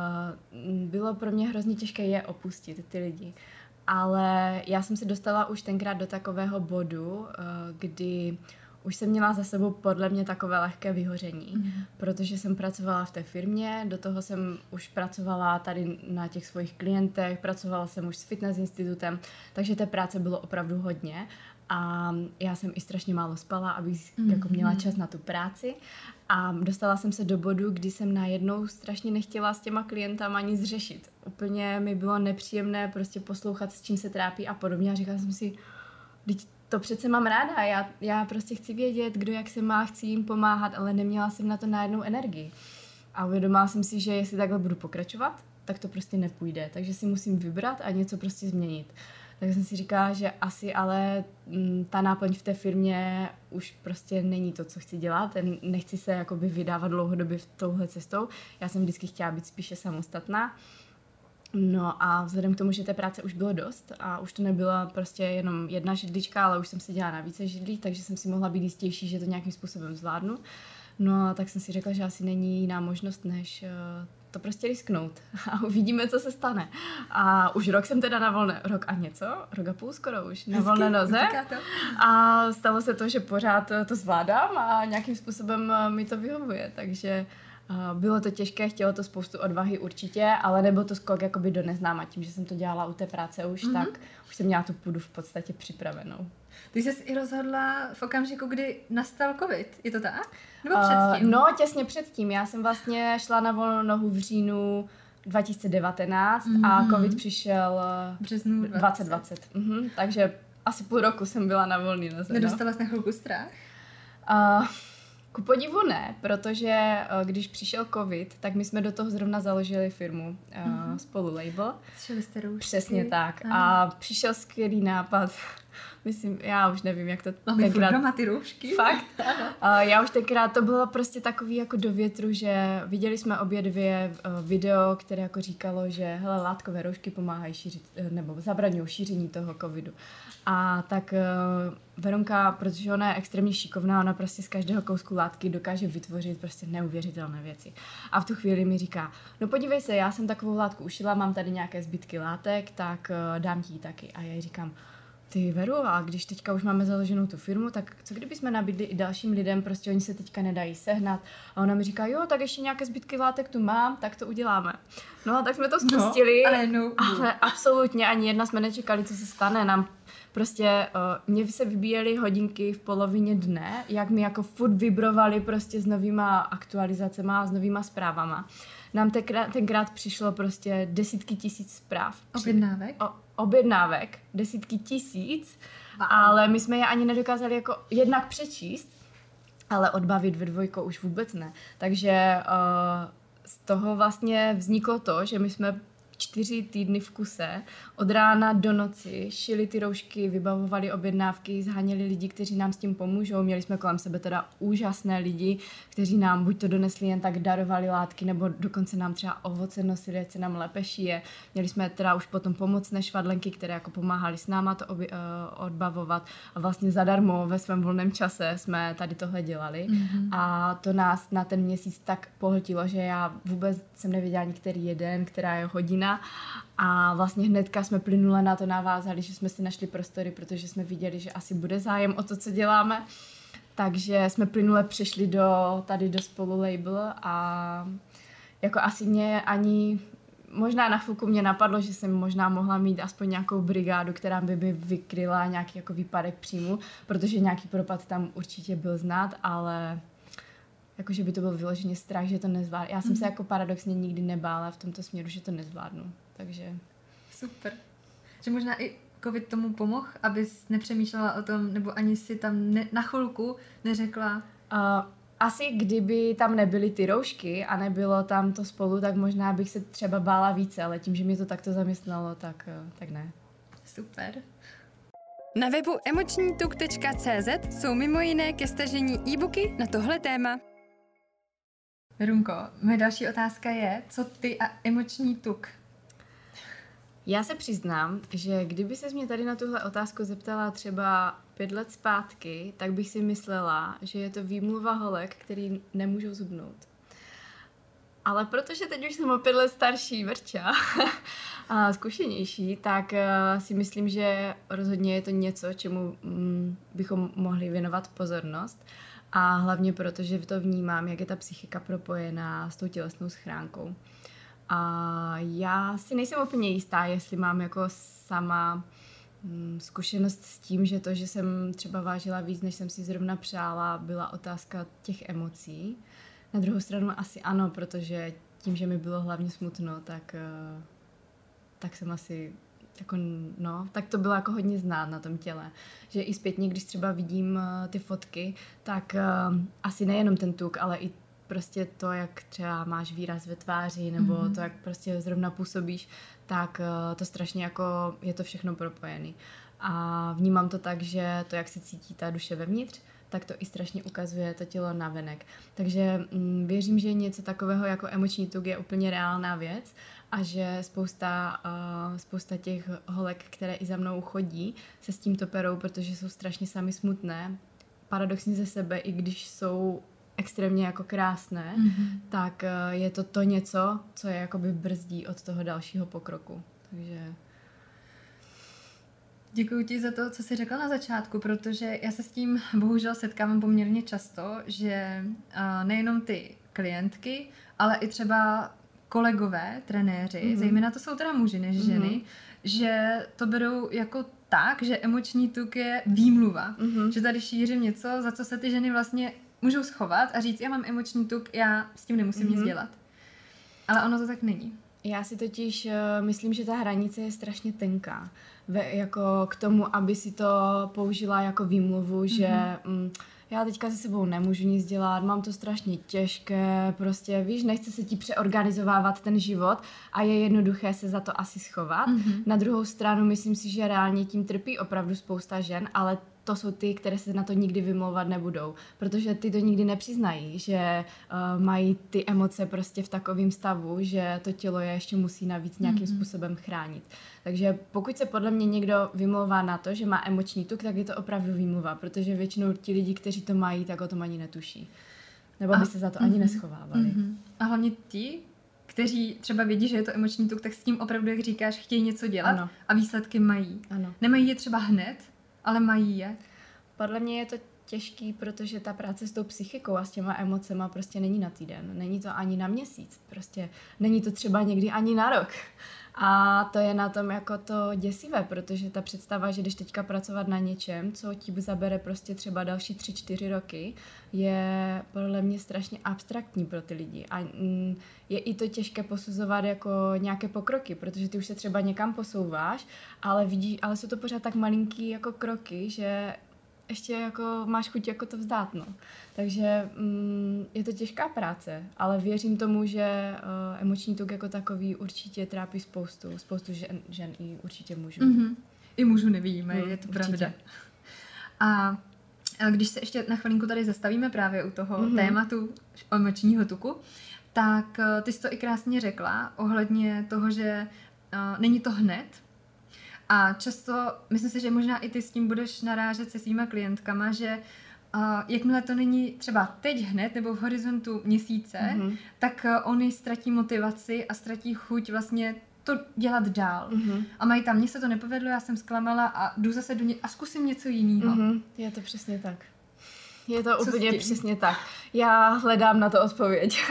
uh, bylo pro mě hrozně těžké je opustit, ty lidi. Ale já jsem se dostala už tenkrát do takového bodu, uh, kdy už jsem měla za sebou podle mě takové lehké vyhoření, mm. protože jsem pracovala v té firmě, do toho jsem už pracovala tady na těch svých klientech, pracovala jsem už s fitness institutem, takže té práce bylo opravdu hodně a já jsem i strašně málo spala, abych mm. jako měla čas na tu práci a dostala jsem se do bodu, kdy jsem najednou strašně nechtěla s těma klientama nic řešit. Úplně mi bylo nepříjemné prostě poslouchat, s čím se trápí a podobně a říkala jsem si, to přece mám ráda, já, já prostě chci vědět, kdo jak se má, chci jim pomáhat, ale neměla jsem na to najednou energii. A uvědomila jsem si, že jestli takhle budu pokračovat, tak to prostě nepůjde, takže si musím vybrat a něco prostě změnit. Tak jsem si říkala, že asi ale m, ta náplň v té firmě už prostě není to, co chci dělat, nechci se jakoby vydávat dlouhodobě v touhle cestou, já jsem vždycky chtěla být spíše samostatná. No a vzhledem k tomu, že té práce už bylo dost a už to nebyla prostě jenom jedna židlička, ale už jsem si dělala na více židlí, takže jsem si mohla být jistější, že to nějakým způsobem zvládnu. No a tak jsem si řekla, že asi není jiná možnost, než to prostě risknout a uvidíme, co se stane. A už rok jsem teda na volné, rok a něco, rok a půl skoro už, na volné noze. A stalo se to, že pořád to zvládám a nějakým způsobem mi to vyhovuje, takže bylo to těžké, chtělo to spoustu odvahy určitě, ale nebyl to skok jakoby do neznáma. Tím, že jsem to dělala u té práce už, mm-hmm. tak už jsem měla tu půdu v podstatě připravenou. Ty jsi i rozhodla v okamžiku, kdy nastal covid, je to tak? Nebo předtím? Uh, no, těsně předtím. Já jsem vlastně šla na volnou nohu v říjnu dva tisíce devatenáct mm-hmm. a covid přišel v březnu dvacet dvacet. Mm-hmm, takže asi půl roku jsem byla na volný noze. Nedostala jsi na chvilku strach? Uh, Ku podivu ne, protože když přišel covid, tak my jsme do toho zrovna založili firmu uh, mm-hmm. spolu label. Šeli jste roušky. Přesně tak. A přišel skvělý nápad Myslím, já už nevím, jak to Máme tenkrát... furt doma ty roušky. Fakt? uh, já už tenkrát to bylo prostě takový jako do větru, že viděli jsme obě dvě uh, video, které jako říkalo, že hele, látkové roušky pomáhají šířit, nebo zabraňují šíření toho covidu. A tak uh, Veronka, protože ona je extrémně šikovná, ona prostě z každého kousku látky dokáže vytvořit prostě neuvěřitelné věci. A v tu chvíli mi říká, no podívej se, já jsem takovou látku ušila, mám tady nějaké zbytky látek, tak uh, dám ti ji taky. A já jí říkám, ty Veru, a když teďka už máme založenou tu firmu, tak co kdyby jsme nabídli i dalším lidem, prostě oni se teďka nedají sehnat. A ona mi říká, jo, tak ještě nějaké zbytky látek tu mám, tak to uděláme. No a tak jsme to spustili, no, ale, no, ale absolutně ani jedna jsme nečekali, co se stane. Nám prostě, uh, mě se vybíjely hodinky v polovině dne, jak mi jako furt vibrovali prostě s novýma aktualizacema a s novýma zprávama. Nám tenkrát, tenkrát přišlo prostě desítky tisíc zpráv. Objednávek? O, objednávek, desítky tisíc, wow. Ale my jsme je ani nedokázali jako jednak přečíst, ale odbavit ve dvojko už vůbec ne. Takže uh, z toho vlastně vzniklo to, že my jsme čtyři týdny v kuse, od rána do noci, šili ty roušky, vybavovali objednávky, zháněli lidi, kteří nám s tím pomůžou. Měli jsme kolem sebe teda úžasné lidi, kteří nám buď to donesli jen tak, darovali látky, nebo dokonce nám třeba ovoce nosili, ať se nám lépe šije. Měli jsme teda už potom pomocné švadlenky, které jako pomáhali s náma to obi- uh, odbavovat a vlastně zadarmo ve svém volném čase jsme tady tohle dělali. Mm-hmm. A to nás na ten měsíc tak pohltilo, že já vůbec jsem nevěděla ani který jeden, která je hodina. A vlastně hnedka jsme plynule na to navázali, že jsme si našli prostory, protože jsme viděli, že asi bude zájem o to, co děláme. Takže jsme plynule přešli do, tady do Spolu label a jako asi mě ani, možná na chvilku mě napadlo, že jsem možná mohla mít aspoň nějakou brigádu, která by mi vykryla nějaký jako výpadek příjmu, protože nějaký propad tam určitě byl znát, ale jakože by to byl vyloženě strach, že to nezvládnu. Já jsem se jako paradoxně nikdy nebála v tomto směru, že to nezvládnu. Takže... Super. Že možná i covid tomu pomohl, abys nepřemýšlela o tom, nebo ani si tam ne, na chvilku neřekla... Uh, asi kdyby tam nebyly ty roušky a nebylo tam to Spolu, tak možná bych se třeba bála více, ale tím, že mě to takto zaměstnalo, tak, tak ne. Super. Na webu emoční tuk tečka cé zet jsou mimo jiné ke stažení e-booky na tohle téma. Runko, moje další otázka je, co ty a emoční tuk? Já se přiznám, že kdyby ses mě tady na tuhle otázku zeptala třeba pět let zpátky, tak bych si myslela, že je to výmluva holek, který nemůžou zhubnout. Ale protože teď už jsem o pět let starší vrča a zkušenější, tak uh, si myslím, že rozhodně je to něco, čemu um, bychom mohli věnovat pozornost. A hlavně proto, že to vnímám, jak je ta psychika propojená s tou tělesnou schránkou. A já si nejsem úplně jistá, jestli mám jako sama mm, zkušenost s tím, že to, že jsem třeba vážila víc, než jsem si zrovna přála, byla otázka těch emocí. Na druhou stranu asi ano, protože tím, že mi bylo hlavně smutno, tak, tak jsem asi... Jako, no, tak to bylo jako hodně znát na tom těle. Že i zpětně, když třeba vidím uh, ty fotky, tak uh, asi nejenom ten tuk, ale i prostě to, jak třeba máš výraz ve tváři, nebo mm-hmm. to, jak prostě zrovna působíš, tak uh, to strašně jako je to všechno propojený. A vnímám to tak, že to, jak se cítí ta duše vevnitř, tak to i strašně ukazuje to tělo navenek. Takže mm, věřím, že něco takového jako emoční tuk je úplně reálná věc a že spousta, uh, spousta těch holek, které i za mnou chodí, se s tímto perou, protože jsou strašně sami smutné, paradoxně ze sebe, i když jsou extrémně jako krásné, mm-hmm. tak uh, je to to něco, co je jakoby brzdí od toho dalšího pokroku. Takže... Děkuji ti za to, co jsi řekla na začátku, protože já se s tím bohužel setkávám poměrně často, že uh, nejenom ty klientky, ale i třeba kolegové, trenéři, mm-hmm. zejména to jsou teda muži než ženy, mm-hmm. že to berou jako tak, že emoční tuk je výmluva. Mm-hmm. Že tady šířím něco, za co se ty ženy vlastně můžou schovat a říct, já mám emoční tuk, já s tím nemusím mm-hmm. nic dělat. Ale ono to tak není. Já si totiž uh, myslím, že ta hranice je strašně tenká. Ve, jako k tomu, aby si to použila jako výmluvu, mm-hmm. že mm, já teďka se sebou nemůžu nic dělat, mám to strašně těžké, prostě víš, nechce se ti přeorganizovávat ten život a je jednoduché se za to asi schovat. Mm-hmm. Na druhou stranu myslím si, že reálně tím trpí opravdu spousta žen, ale to jsou ty, které se na to nikdy vymlouvat nebudou, protože ty to nikdy nepřiznají, že uh, mají ty emoce prostě v takovém stavu, že to tělo je ještě musí navíc nějakým mm-hmm. způsobem chránit. Takže pokud se podle mě někdo vymlouvá na to, že má emoční tuk, tak je to opravdu výmluva, protože většinou ti lidi, kteří to mají, tak o tom ani netuší. Nebo by se za to mm-hmm. ani neschovávali. Mm-hmm. A hlavně ti, kteří třeba vědí, že je to emoční tuk, tak s tím opravdu, jak říkáš, chtějí něco dělat ano. a výsledky mají. Ano. Nemají je třeba hned, ale mají je. Podle mě je to těžký, protože ta práce s tou psychikou a s těma emocema prostě není na týden. Není to ani na měsíc. Prostě není to třeba někdy ani na rok. A to je na tom jako to děsivé, protože ta představa, že když teďka pracovat na něčem, co ti zabere prostě třeba další tři, čtyři roky, je podle mě strašně abstraktní pro ty lidi. A je i to těžké posuzovat jako nějaké pokroky, protože ty už se třeba někam posouváš, ale vidíš, ale jsou to pořád tak malinký jako kroky, že ještě jako máš chuť jako to vzdát, no. Takže mm, je to těžká práce, ale věřím tomu, že uh, emoční tuk jako takový určitě trápí spoustu, spoustu žen, žen i určitě mužů. Mm-hmm. I mužů nevidíme, mm, je to určitě. Pravda. A, a když se ještě na chvilinku tady zastavíme právě u toho mm-hmm. tématu emočního tuku, tak uh, ty jsi to i krásně řekla ohledně toho, že uh, není to hned. A často, myslím si, že možná i ty s tím budeš narážet se svýma klientkama, že uh, jakmile to není třeba teď hned nebo v horizontu měsíce, mm-hmm. tak uh, oni ztratí motivaci a ztratí chuť vlastně to dělat dál. Mm-hmm. A mají tam, mně se to nepovedlo, já jsem zklamala a jdu zase do ně a zkusím něco jiného. Mm-hmm. Je to přesně tak. Je to Co úplně přesně tak. Já hledám na to odpověď.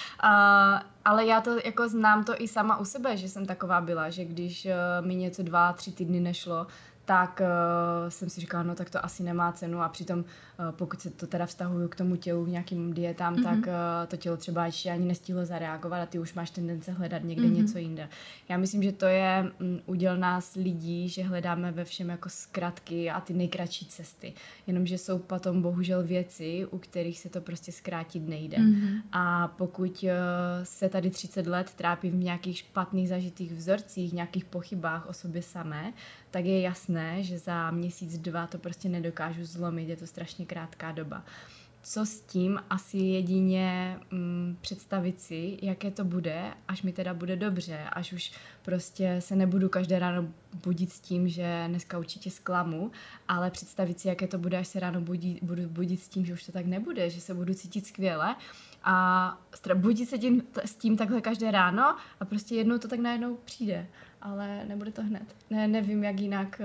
a, ale já to jako znám to i sama u sebe, že jsem taková byla, že když uh, mi něco dva, tři týdny nešlo, tak uh, jsem si říkala, no tak to asi nemá cenu a přitom uh, pokud se to teda vztahuju k tomu tělu, k nějakým dietám, mm-hmm. tak uh, to tělo třeba ještě ani nestihlo zareagovat a ty už máš tendence hledat někde mm-hmm. něco jinde. Já myslím, že to je um, úděl nás lidí, že hledáme ve všem jako zkratky a ty nejkratší cesty. Jenomže jsou potom bohužel věci, u kterých se to prostě zkrátit nejde. Mm-hmm. A pokud uh, se tady třicet let trápí v nějakých špatných zažitých vzorcích, nějakých pochybách o sobě samé, tak je jasné, že za měsíc, dva to prostě nedokážu zlomit, je to strašně krátká doba. Co s tím? Asi jedině mm, představit si, jaké to bude, až mi teda bude dobře, až už prostě se nebudu každé ráno budit s tím, že dneska určitě zklamu, ale představit si, jaké to bude, až se ráno budí, budu budit s tím, že už to tak nebude, že se budu cítit skvěle a budit se tím, t- s tím takhle každé ráno a prostě jednou to tak najednou přijde. Ale nebude to hned. Ne, nevím, jak jinak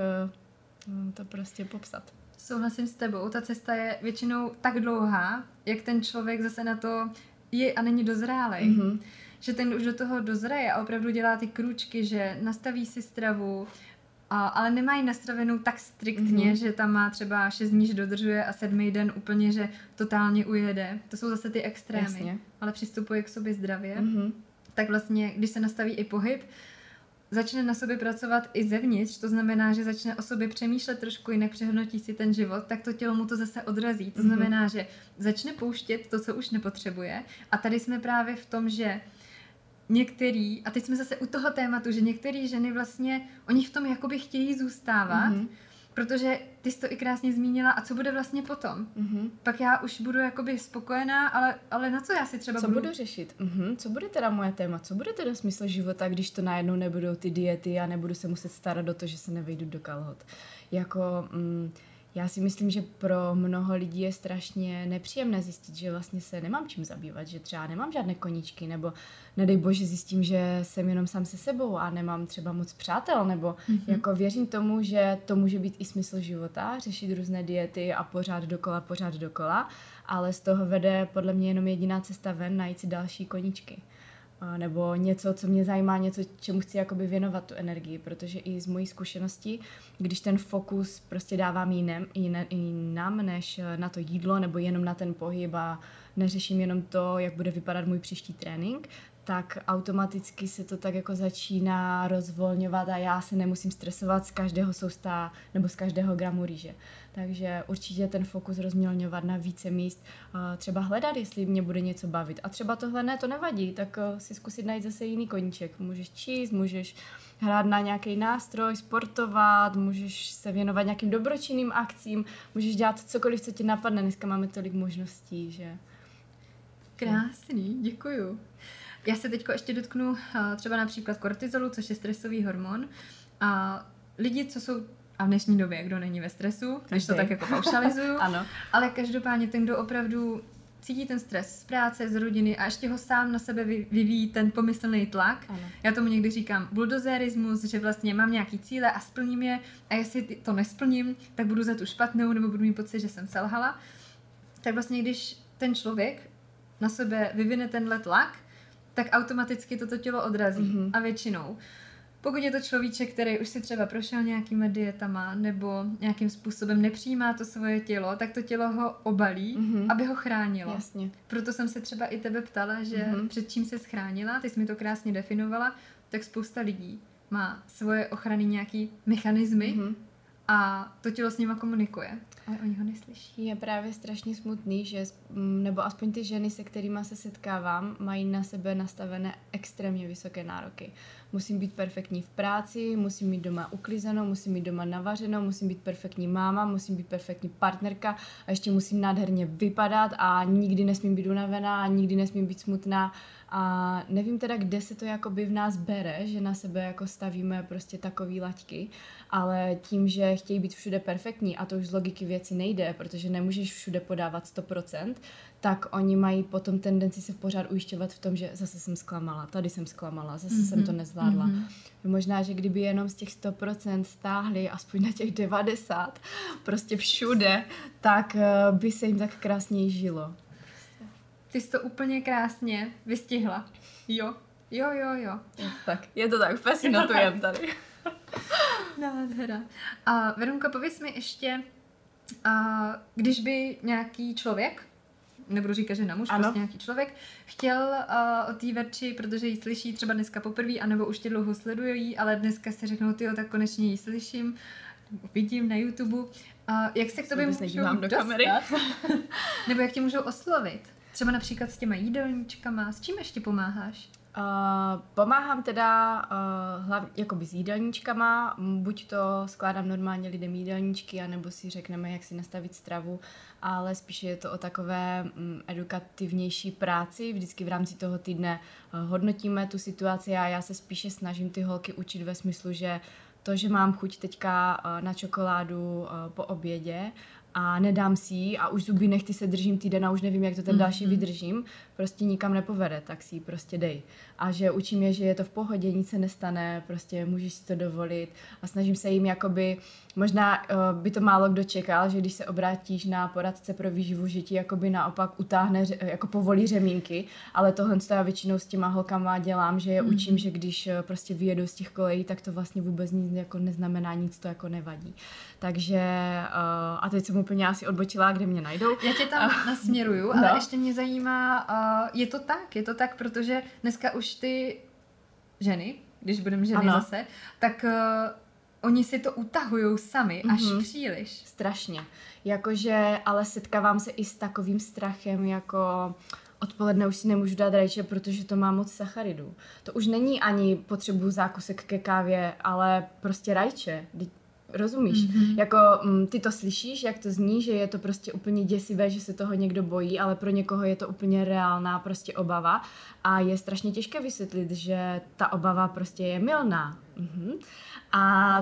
uh, to prostě popsat. Souhlasím s tebou, ta cesta je většinou tak dlouhá, jak ten člověk zase na to je a není dozrálej. Mm-hmm. Že ten už do toho dozraje a opravdu dělá ty krůčky, že nastaví si stravu, a, ale nemá ji nastavenou tak striktně, mm-hmm. že tam má třeba šest dní, že dodržuje a sedmý den úplně, že totálně ujede. To jsou zase ty extrémy. Jasně. Ale přistupuje k sobě zdravě. Mm-hmm. Tak vlastně, když se nastaví i pohyb, začne na sobě pracovat i zevnitř, to znamená, že začne o sobě přemýšlet trošku jinak, přehodnotí si ten život, tak to tělo mu to zase odrazí. To znamená, že začne pouštět to, co už nepotřebuje. A tady jsme právě v tom, že některý, a teď jsme zase u toho tématu, že některé ženy vlastně, oni v tom jakoby chtějí zůstávat, mm-hmm. protože ty jsi to i krásně zmínila, a co bude vlastně potom? Mm-hmm. Pak já už budu jakoby spokojená, ale, ale na co já si třeba co budu... budu řešit? Mm-hmm. Co bude teda moje téma? Co bude teda smysl života, když to najednou nebudou ty diety a nebudu se muset starat o to, že se nevejdu do kalhot? Jako... Mm, já si myslím, že pro mnoho lidí je strašně nepříjemné zjistit, že vlastně se nemám čím zabývat, že třeba nemám žádné koníčky, nebo nedej bože zjistím, že jsem jenom sám se sebou a nemám třeba moc přátel, nebo mm-hmm. jako věřím tomu, že to může být i smysl života, řešit různé diety a pořád dokola, pořád dokola, ale z toho vede podle mě jenom jediná cesta ven, najít si další koníčky. Nebo něco, co mě zajímá, něco, čemu chci jakoby věnovat tu energii, protože i z mojí zkušenosti, když ten fokus prostě dávám jiném, jinam než na to jídlo nebo jenom na ten pohyb a neřeším jenom to, jak bude vypadat můj příští trénink, tak automaticky se to tak jako začíná rozvolňovat a já se nemusím stresovat z každého sousta nebo z každého gramu rýže. Takže určitě ten fokus rozmělňovat na více míst, třeba hledat, jestli mě bude něco bavit. A třeba tohle ne, to nevadí, tak si zkusit najít zase jiný koníček. Můžeš číst, můžeš hrát na nějaký nástroj, sportovat, můžeš se věnovat nějakým dobročinným akcím, můžeš dělat cokoliv, co ti napadne. Dneska máme tolik možností, že... Krásný, děkuju. Já se teď ještě dotknu třeba například kortizolu, což je stresový hormon. A lidi, co jsou, a v dnešní době, kdo není ve stresu, když to tak jako paušalizuju, ano. Ale každopádně ten, kdo opravdu cítí ten stres z práce, z rodiny a ještě ho sám na sebe vyvíjí ten pomyslný tlak. Ano. Já tomu někdy říkám buldozerismus, že vlastně mám nějaký cíle a splním je a jestli to nesplním, tak budu za tu špatnou nebo budu mít pocit, že jsem selhala. Tak vlastně, když ten člověk na sebe vyvine tenhle tlak, tak automaticky toto tělo odrazí. Mm-hmm. A většinou. Pokud je to človíček, který už si třeba prošel nějakýma dietama nebo nějakým způsobem nepřijímá to svoje tělo, tak to tělo ho obalí, mm-hmm. aby ho chránilo. Jasně. Proto jsem se třeba i tebe ptala, že mm-hmm. před čím se schránila, ty jsi mi to krásně definovala, tak spousta lidí má svoje ochrany nějaký mechanismy mm-hmm. a to tělo s nima komunikuje. Ale oni ho neslyší. Je právě strašně smutný, že, nebo aspoň ty ženy, se kterými se setkávám, mají na sebe nastavené extrémně vysoké nároky. Musím být perfektní v práci, musím mít doma uklizenou, musím mít doma navařenou, musím být perfektní máma, musím být perfektní partnerka a ještě musím nádherně vypadat a nikdy nesmím být unavená a nikdy nesmím být smutná. A nevím teda, kde se to jakoby v nás bere, že na sebe jako stavíme prostě takový laťky, ale tím, že chtějí být všude perfektní a to už z logiky věci nejde, protože nemůžeš všude podávat sto procent, tak oni mají potom tendenci se pořád ujišťovat v tom, že zase jsem zklamala, tady jsem zklamala, zase mm-hmm. jsem to nezvládla. Mm-hmm. Možná, že kdyby jenom z těch sto procent stáhli aspoň na těch devadesát, prostě všude, tak by se jim tak krásněji žilo. Ty jsi to úplně krásně vystihla. Jo, jo, jo, jo. Je to tak, je to tak, fascinatujem tady. Nádhera. A Verunko, pověz mi ještě, a když by nějaký člověk, nebudu říkat, že na muž, ano. prostě nějaký člověk, chtěl uh, o té Verči, protože ji slyší třeba dneska poprvé, anebo už tě dlouho sledují, ale dneska si řeknou, tyjo, tak konečně ji slyším, vidím na YouTube. Uh, jak se k tobě můžou do dostat? Kamery. Nebo jak tě můžou oslovit? Třeba například s těma jídelníčkama. S čím ještě pomáháš? Uh, pomáhám teda uh, hlavně jakoby s jídelníčkama, buď to skládám normálně lidem jídelníčky, anebo si řekneme, jak si nastavit stravu, ale spíše je to o takové um, edukativnější práci. Vždycky v rámci toho týdne uh, hodnotíme tu situaci a já se spíše snažím ty holky učit ve smyslu, že to, že mám chuť teďka uh, na čokoládu uh, po obědě a nedám si ji a už zuby nechty se držím týden a už nevím, jak to ten další mm-hmm. vydržím, prostě nikam nepovede, tak si ji prostě dej. A že učím je, že je to v pohodě, nic se nestane, prostě můžeš si to dovolit a snažím se jim jakoby, možná uh, by to málo kdo čekal, že když se obrátíš na poradce pro výživu, že ti jakoby naopak utáhne, jako povolí řemínky, ale tohle já většinou s těma holkama dělám, že je mm-hmm. učím, že když uh, prostě vyjedou z těch kolejí, tak to vlastně vůbec nic jako neznamená, nic to jako nevadí. Takže uh, a teď jsem úplně asi odbočila, kde mě najdou. Já tě tam nasměruju, ale no. ještě mě zajímá, uh, je to tak, je to tak, protože dneska už ty ženy, když budeme ženy ano. zase, tak uh, oni si to utahujou sami až mm-hmm. příliš. Strašně. Jakože, ale setkávám se i s takovým strachem, jako odpoledne už si nemůžu dát rajče, protože to má moc sacharidů. To už není ani potřebu zákusek ke kávě, ale prostě rajče. Rozumíš? Mm-hmm. Jako m, ty to slyšíš, jak to zní, že je to prostě úplně děsivé, že se toho někdo bojí, ale pro někoho je to úplně reálná prostě obava a je strašně těžké vysvětlit, že ta obava prostě je mylná. Mm-hmm. A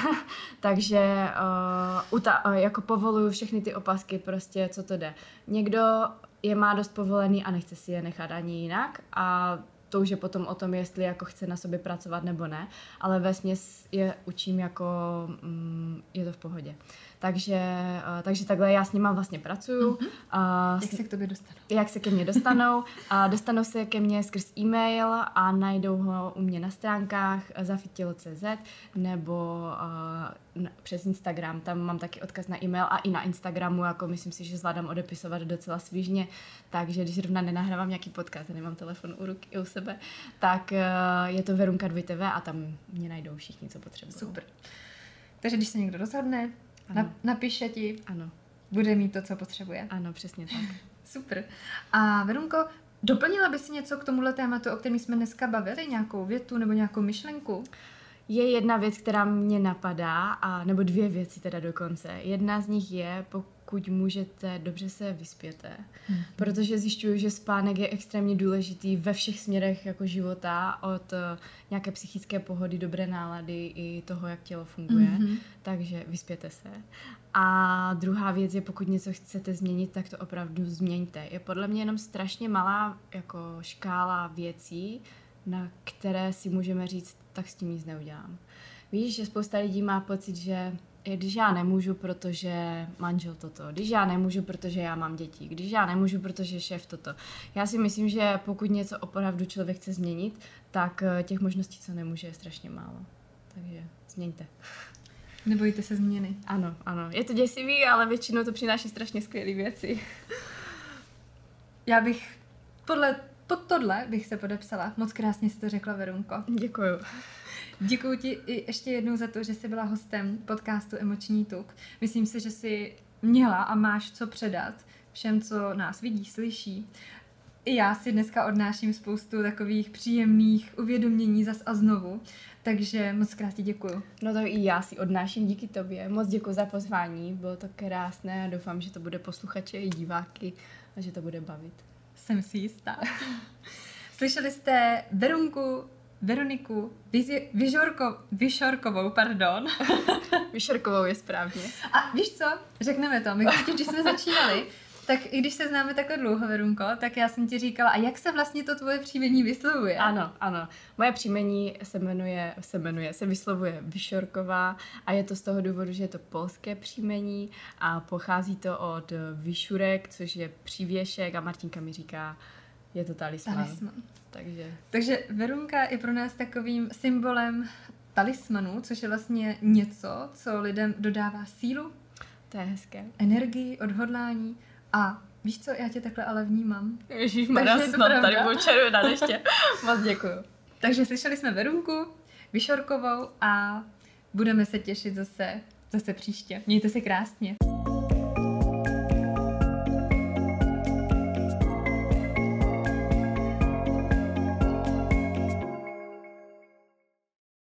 takže uh, uta- uh, jako povoluju všechny ty opasky prostě, co to jde. Někdo je má dost povolený a nechce si je nechat ani jinak a to už je potom o tom, jestli jako chce na sobě pracovat nebo ne, ale vesměs je učím jako, mm, je to v pohodě. Takže, uh, takže takhle já s nima vlastně pracuju. Mm-hmm. Uh, jak se k tobě dostanou? Jak se ke mně dostanou. Uh, dostanou se ke mně skrz e-mail a najdou ho u mě na stránkách zafitilo tečka cé zet nebo uh, na, přes Instagram, tam mám taky odkaz na e-mail a i na Instagramu, jako myslím si, že zvládám odepisovat docela svižně, takže když zrovna nenahrávám nějaký podcast a nemám telefon u ruky u sebe, tak uh, je to Verunka dva té vé a tam mě najdou všichni, co potřebují. Super. Takže když se někdo rozhodne, na, napíše ti, ano. bude mít to, co potřebuje. Ano, přesně tak. Super. A Verunko, doplnila by si něco k tomuhle tématu, o kterém jsme dneska bavili? Nějakou větu nebo nějakou myšlenku? Je jedna věc, která mě napadá, a, nebo dvě věci teda dokonce. Jedna z nich je, pokud můžete, dobře se vyspěte. Hmm. Protože zjišťuju, že spánek je extrémně důležitý ve všech směrech jako života, od uh, nějaké psychické pohody, dobré nálady i toho, jak tělo funguje. Hmm. Takže vyspěte se. A druhá věc je, pokud něco chcete změnit, tak to opravdu změňte. Je podle mě jenom strašně malá jako škála věcí, na které si můžeme říct, tak s tím nic neudělám. Víš, že spousta lidí má pocit, že když já nemůžu, protože manžel toto, když já nemůžu, protože já mám děti, když já nemůžu, protože šéf toto. Já si myslím, že pokud něco opravdu člověk chce změnit, tak těch možností, co nemůže, je strašně málo. Takže změňte. Nebojte se změny. Ano, ano. Je to děsivý, ale většinou to přináší strašně skvělé věci. Já bych podle Pod tohle bych se podepsala. Moc krásně si to řekla, Verunko. Děkuju. Děkuju ti i ještě jednou za to, že jsi byla hostem podcastu Emoční tuk. Myslím si, že jsi měla a máš co předat všem, co nás vidí, slyší. I já si dneska odnáším spoustu takových příjemných uvědomění zas a znovu. Takže moc krát ti děkuju. No to i já si odnáším díky tobě. Moc děkuji za pozvání. Bylo to krásné a doufám, že to bude posluchače i diváky a že to bude bavit. Jsem si jistá. Slyšeli jste Verunku, Veroniku Vizi, Vyžorko, Vyšorkovou, pardon. Vyšorkovou je správně. A víš co? Řekneme to. My když jsme začínali, tak i když se známe takhle dlouho, Verunko, tak já jsem ti říkala, a jak se vlastně to tvoje příjmení vyslovuje? Ano, ano. Moje příjmení se jmenuje, se jmenuje, se vyslovuje Vyšorková a je to z toho důvodu, že je to polské příjmení a pochází to od vyšurek, což je přívěšek a Martinka mi říká, je to talisman. Talisman. Takže... Takže Verunka je pro nás takovým symbolem talismanu, což je vlastně něco, co lidem dodává sílu, to je hezké. Energii, odhodlání. A víš co, já tě takhle ale vnímám. Ježišmarja, snad tady budu červená ještě. Moc děkuju. Takže slyšeli jsme Verunku, Vyšorkovou a budeme se těšit zase, zase příště. Mějte se krásně.